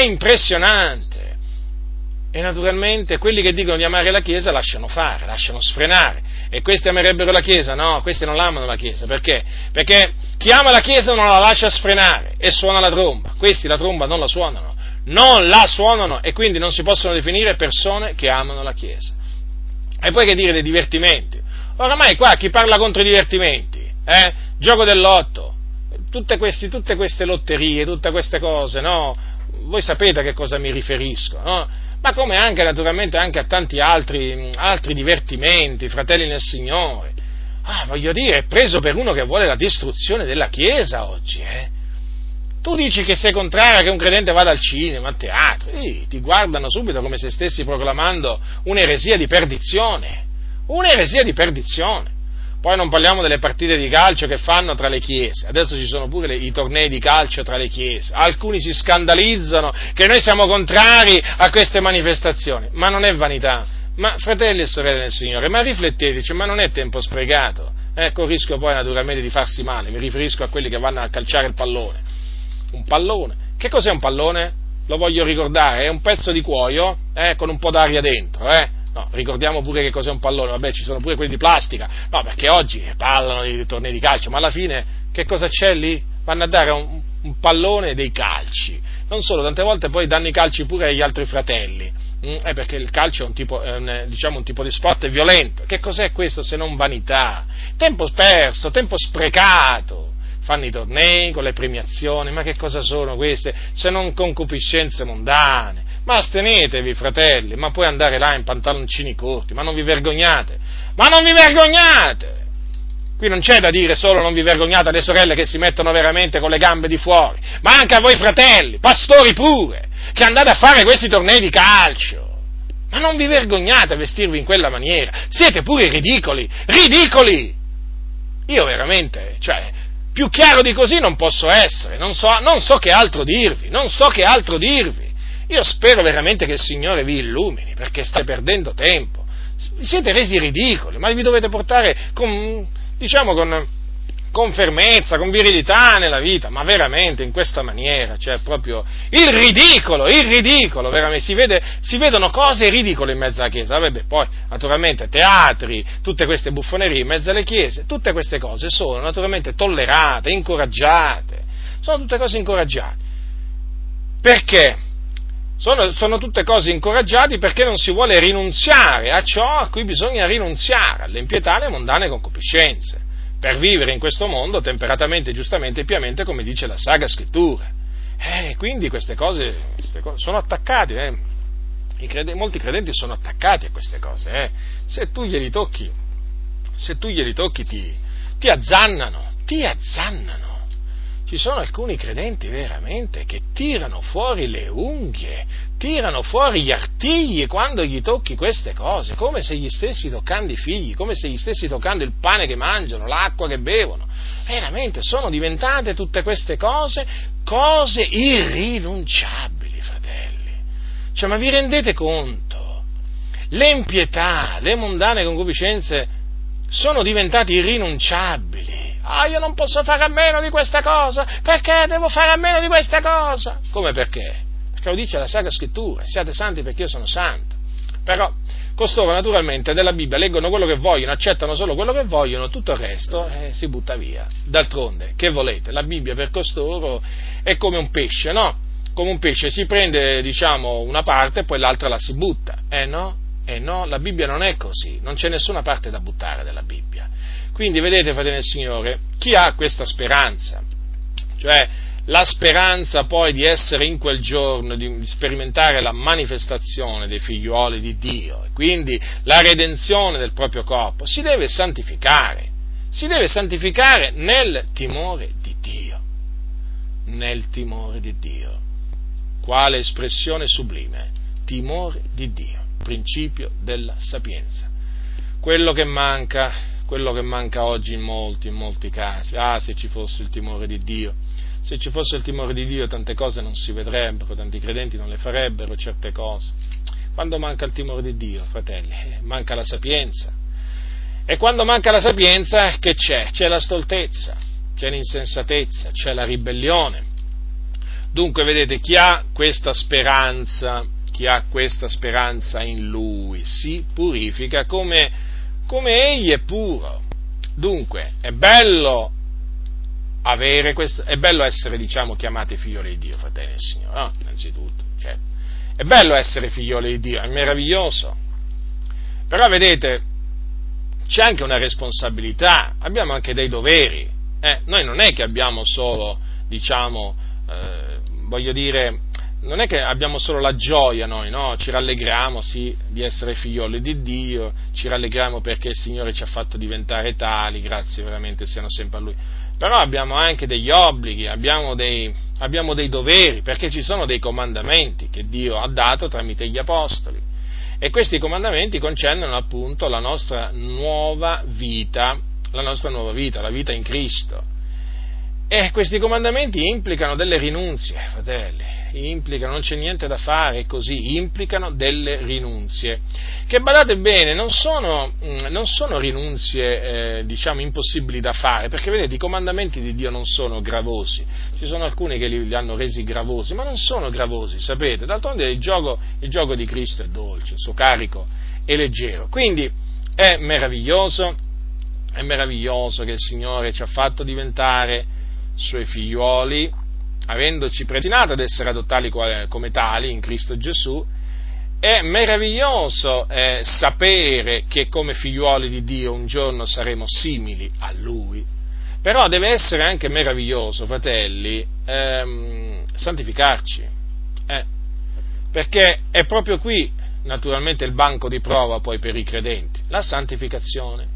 E naturalmente quelli che dicono di amare la Chiesa lasciano sfrenare. E questi amerebbero la Chiesa? No, questi non amano la Chiesa. Perché? Perché chi ama la Chiesa non la lascia sfrenare e suona la tromba. Questi la tromba non la suonano e quindi non si possono definire persone che amano la Chiesa. E poi che dire dei divertimenti? Oramai qua chi parla contro i divertimenti, gioco del lotto, tutte queste lotterie, tutte queste cose, no? Voi sapete a che cosa mi riferisco, no? Ma come anche naturalmente anche a tanti altri divertimenti, fratelli nel Signore. Voglio dire, è preso per uno che vuole la distruzione della Chiesa oggi, Tu dici che sei contrario a che un credente vada al cinema, al teatro, ti guardano subito come se stessi proclamando un'eresia di perdizione. Poi non parliamo delle partite di calcio che fanno tra le chiese, adesso ci sono pure i tornei di calcio tra le chiese, alcuni si scandalizzano che noi siamo contrari a queste manifestazioni, ma non è vanità, ma fratelli e sorelle del Signore, ma rifletteteci, ma non è tempo sprecato, con il rischio poi naturalmente di farsi male, mi riferisco a quelli che vanno a calciare il pallone, un pallone, che cos'è un pallone? Lo voglio ricordare, è un pezzo di cuoio, con un po' d'aria dentro, No, ricordiamo pure che cos'è un pallone, vabbè ci sono pure quelli di plastica, no perché oggi parlano di tornei di calcio, ma alla fine che cosa c'è lì? Vanno a dare un pallone dei calci, non solo, tante volte poi danno i calci pure agli altri fratelli, perché il calcio è un tipo di sport violento, che cos'è questo se non vanità? Tempo perso, tempo sprecato, fanno i tornei con le premiazioni, ma che cosa sono queste se non concupiscenze mondane? Ma astenetevi, fratelli, ma puoi andare là in pantaloncini corti, ma non vi vergognate? Qui non c'è da dire solo non vi vergognate alle sorelle che si mettono veramente con le gambe di fuori, ma anche a voi fratelli, pastori pure, che andate a fare questi tornei di calcio. Ma non vi vergognate a vestirvi in quella maniera? Siete pure ridicoli, ridicoli! Io veramente, più chiaro di così non posso essere, non so che altro dirvi, Io spero veramente che il Signore vi illumini, perché state perdendo tempo. Vi siete resi ridicoli, ma vi dovete portare con fermezza, con virilità nella vita, ma veramente in questa maniera, proprio il ridicolo, veramente, si vedono cose ridicole in mezzo alla Chiesa. Vabbè, poi, naturalmente, teatri, tutte queste buffonerie in mezzo alle chiese, tutte queste cose sono naturalmente tollerate, incoraggiate, sono tutte cose incoraggiate. Perché? Sono tutte cose incoraggiate perché non si vuole rinunziare a ciò a cui bisogna rinunziare, alle impietà, alle mondane concupiscenze, per vivere in questo mondo temperatamente, giustamente e piamente, come dice la Sacra Scrittura. Quindi queste cose sono attaccati, molti credenti sono attaccati a queste cose. Se tu glieli tocchi ti azzannano. Ci sono alcuni credenti veramente che tirano fuori le unghie, tirano fuori gli artigli quando gli tocchi queste cose, come se gli stessi toccando i figli, come se gli stessi toccando il pane che mangiano, l'acqua che bevono. Veramente sono diventate tutte queste cose irrinunciabili, fratelli. Ma vi rendete conto? Le impietà, le mondane concupiscenze sono diventate irrinunciabili. Io non posso fare a meno di questa cosa, perché devo fare a meno di questa cosa? Come perché? Perché lo dice la Sacra Scrittura, siate santi perché io sono santo. Però costoro naturalmente della Bibbia leggono quello che vogliono, accettano solo quello che vogliono, tutto il resto si butta via. D'altronde, che volete? La Bibbia per costoro è come un pesce, no? Come un pesce, si prende, una parte e poi l'altra la si butta. No, la Bibbia non è così, non c'è nessuna parte da buttare della Bibbia. Quindi vedete, fratelli del Signore, chi ha questa speranza, la speranza poi di essere in quel giorno, di sperimentare la manifestazione dei figliuoli di Dio, e quindi la redenzione del proprio corpo, si deve santificare nel timore di Dio. Quale espressione sublime, timore di Dio, principio della sapienza. Quello che manca oggi in molti casi. Se ci fosse il timore di Dio, tante cose non si vedrebbero, tanti credenti non le farebbero certe cose. Quando manca il timore di Dio, fratelli, manca la sapienza. E quando manca la sapienza, che c'è? C'è la stoltezza, c'è l'insensatezza, c'è la ribellione. Dunque, vedete, chi ha questa speranza in Lui si purifica come Egli è puro. Dunque, è bello essere, chiamati figlioli di Dio, fratelli del Signore, no? Innanzitutto, è bello essere figlioli di Dio, è meraviglioso. Però, vedete, c'è anche una responsabilità, abbiamo anche dei doveri. Noi non è che abbiamo solo, non è che abbiamo solo la gioia noi, no? Ci rallegriamo, sì, di essere figlioli di Dio, ci rallegriamo perché il Signore ci ha fatto diventare tali, grazie veramente siano sempre a Lui. Però abbiamo anche degli obblighi, abbiamo dei doveri, perché ci sono dei comandamenti che Dio ha dato tramite gli apostoli. E questi comandamenti concernono appunto la nostra nuova vita, la vita in Cristo. E questi comandamenti implicano delle rinunzie, fratelli, non c'è niente da fare, così, implicano delle rinunzie, che badate bene, non sono rinunzie, impossibili da fare, perché vedete, i comandamenti di Dio non sono gravosi, ci sono alcuni che li hanno resi gravosi, ma non sono gravosi, sapete, d'altronde il gioco di Cristo è dolce, il suo carico è leggero, quindi è meraviglioso che il Signore ci ha fatto diventare Suoi figliuoli, avendoci predestinato ad essere adottati come tali in Cristo Gesù. È meraviglioso sapere che come figliuoli di Dio un giorno saremo simili a Lui, però deve essere anche meraviglioso, fratelli, santificarci, perché è proprio qui naturalmente il banco di prova poi per i credenti, la santificazione.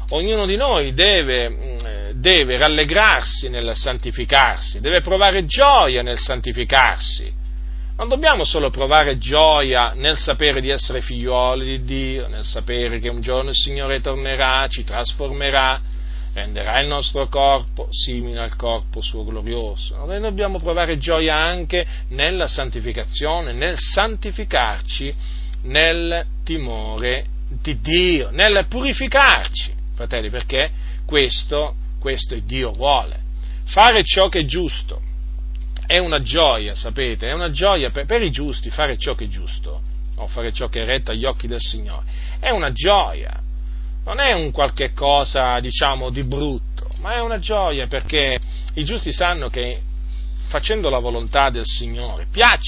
ognuno di noi deve rallegrarsi nel santificarsi, deve provare gioia nel santificarsi. Non dobbiamo solo provare gioia nel sapere di essere figliuoli di Dio, nel sapere che un giorno il Signore tornerà, ci trasformerà, renderà il nostro corpo simile al corpo suo glorioso. Noi dobbiamo provare gioia anche nella santificazione, nel santificarci nel timore di Dio, nel purificarci, fratelli, perché questo Dio vuole. Fare ciò che è giusto è una gioia, sapete, è una gioia per i giusti. Fare ciò che è giusto, o fare ciò che è retto agli occhi del Signore, è una gioia, non è un qualche cosa, diciamo, di brutto, ma è una gioia, perché i giusti sanno che facendo la volontà del Signore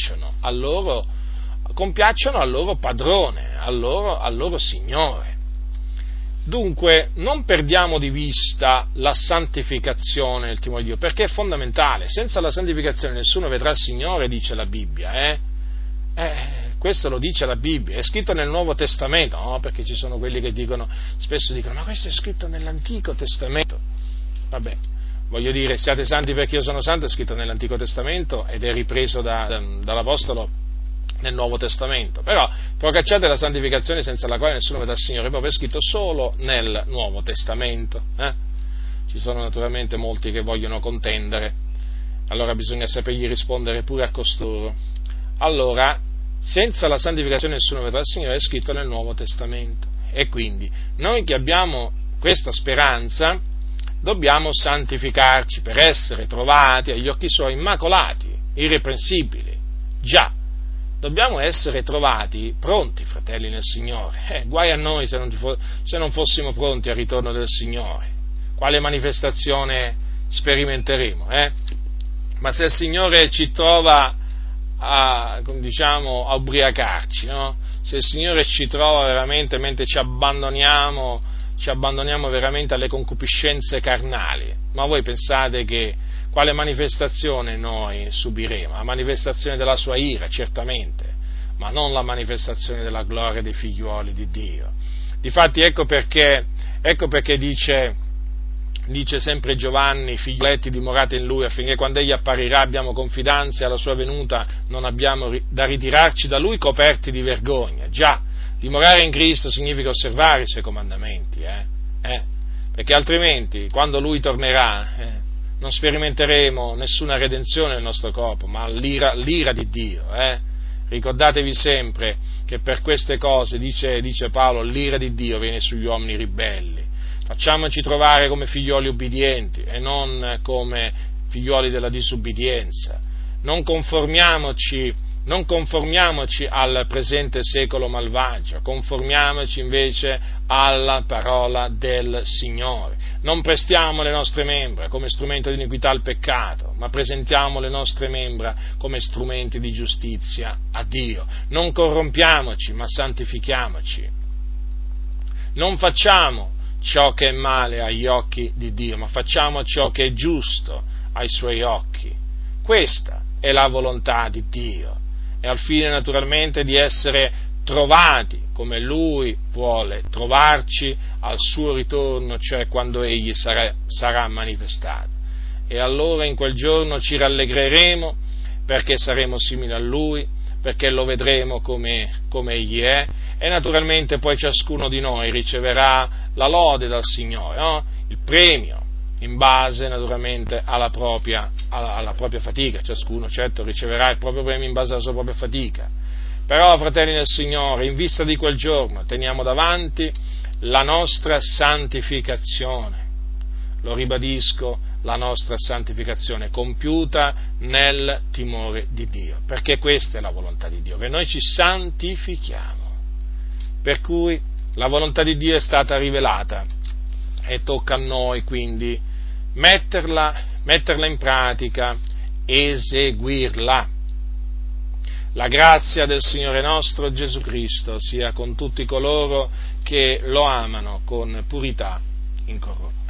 compiacciono al loro padrone, al loro Signore. Dunque, non perdiamo di vista la santificazione del timore di Dio, perché è fondamentale. Senza la santificazione nessuno vedrà il Signore, dice la Bibbia. Questo lo dice la Bibbia, è scritto nel Nuovo Testamento, no? Perché ci sono quelli che spesso dicono, ma questo è scritto nell'Antico Testamento. Vabbè, voglio dire, siate santi perché io sono santo, è scritto nell'Antico Testamento ed è ripreso dall'Apostolo nel Nuovo Testamento, però procacciate la santificazione senza la quale nessuno vedrà il Signore, proprio è scritto solo nel Nuovo Testamento. Ci sono naturalmente molti che vogliono contendere, allora bisogna sapergli rispondere pure a costoro. Allora, senza la santificazione nessuno vedrà il Signore, è scritto nel Nuovo Testamento, e quindi noi che abbiamo questa speranza dobbiamo santificarci per essere trovati agli occhi Suoi immacolati, irreprensibili. Già, dobbiamo essere trovati pronti, fratelli nel Signore. Guai a noi se non fossimo pronti al ritorno del Signore. Quale manifestazione sperimenteremo? Ma se il Signore ci trova a ubriacarci, no? Se il Signore ci trova veramente mentre ci abbandoniamo veramente alle concupiscenze carnali, ma voi pensate che quale manifestazione noi subiremo? La manifestazione della sua ira, certamente, ma non la manifestazione della gloria dei figliuoli di Dio. Difatti ecco perché dice sempre Giovanni, figlioletti dimorate in Lui, affinché quando Egli apparirà abbiamo confidenza e alla sua venuta non abbiamo da ritirarci da Lui coperti di vergogna. Già, dimorare in Cristo significa osservare i Suoi comandamenti, perché altrimenti quando Lui tornerà non sperimenteremo nessuna redenzione del nostro corpo, ma l'ira di Dio. Ricordatevi sempre che per queste cose, dice Paolo, l'ira di Dio viene sugli uomini ribelli. Facciamoci trovare come figlioli ubbidienti e non come figlioli della disubbidienza. Non conformiamoci al presente secolo malvagio, conformiamoci invece alla parola del Signore. Non prestiamo le nostre membra come strumento di iniquità al peccato, ma presentiamo le nostre membra come strumenti di giustizia a Dio. Non corrompiamoci, ma santifichiamoci. Non facciamo ciò che è male agli occhi di Dio, ma facciamo ciò che è giusto ai Suoi occhi. Questa è la volontà di Dio, e al fine naturalmente di essere trovati come Lui vuole trovarci al suo ritorno, cioè quando Egli sarà manifestato. E allora in quel giorno ci rallegreremo perché saremo simili a Lui, perché lo vedremo come Egli è, e naturalmente poi ciascuno di noi riceverà la lode dal Signore, no? Il premio, in base naturalmente alla propria fatica. Ciascuno certo riceverà il proprio premio in base alla sua propria fatica. Però, fratelli del Signore, in vista di quel giorno teniamo davanti la nostra santificazione. Lo ribadisco, la nostra santificazione compiuta nel timore di Dio, perché questa è la volontà di Dio, che noi ci santifichiamo. Per cui la volontà di Dio è stata rivelata e tocca a noi quindi metterla in pratica, eseguirla. La grazia del Signore nostro Gesù Cristo sia con tutti coloro che lo amano con purità incorrotta.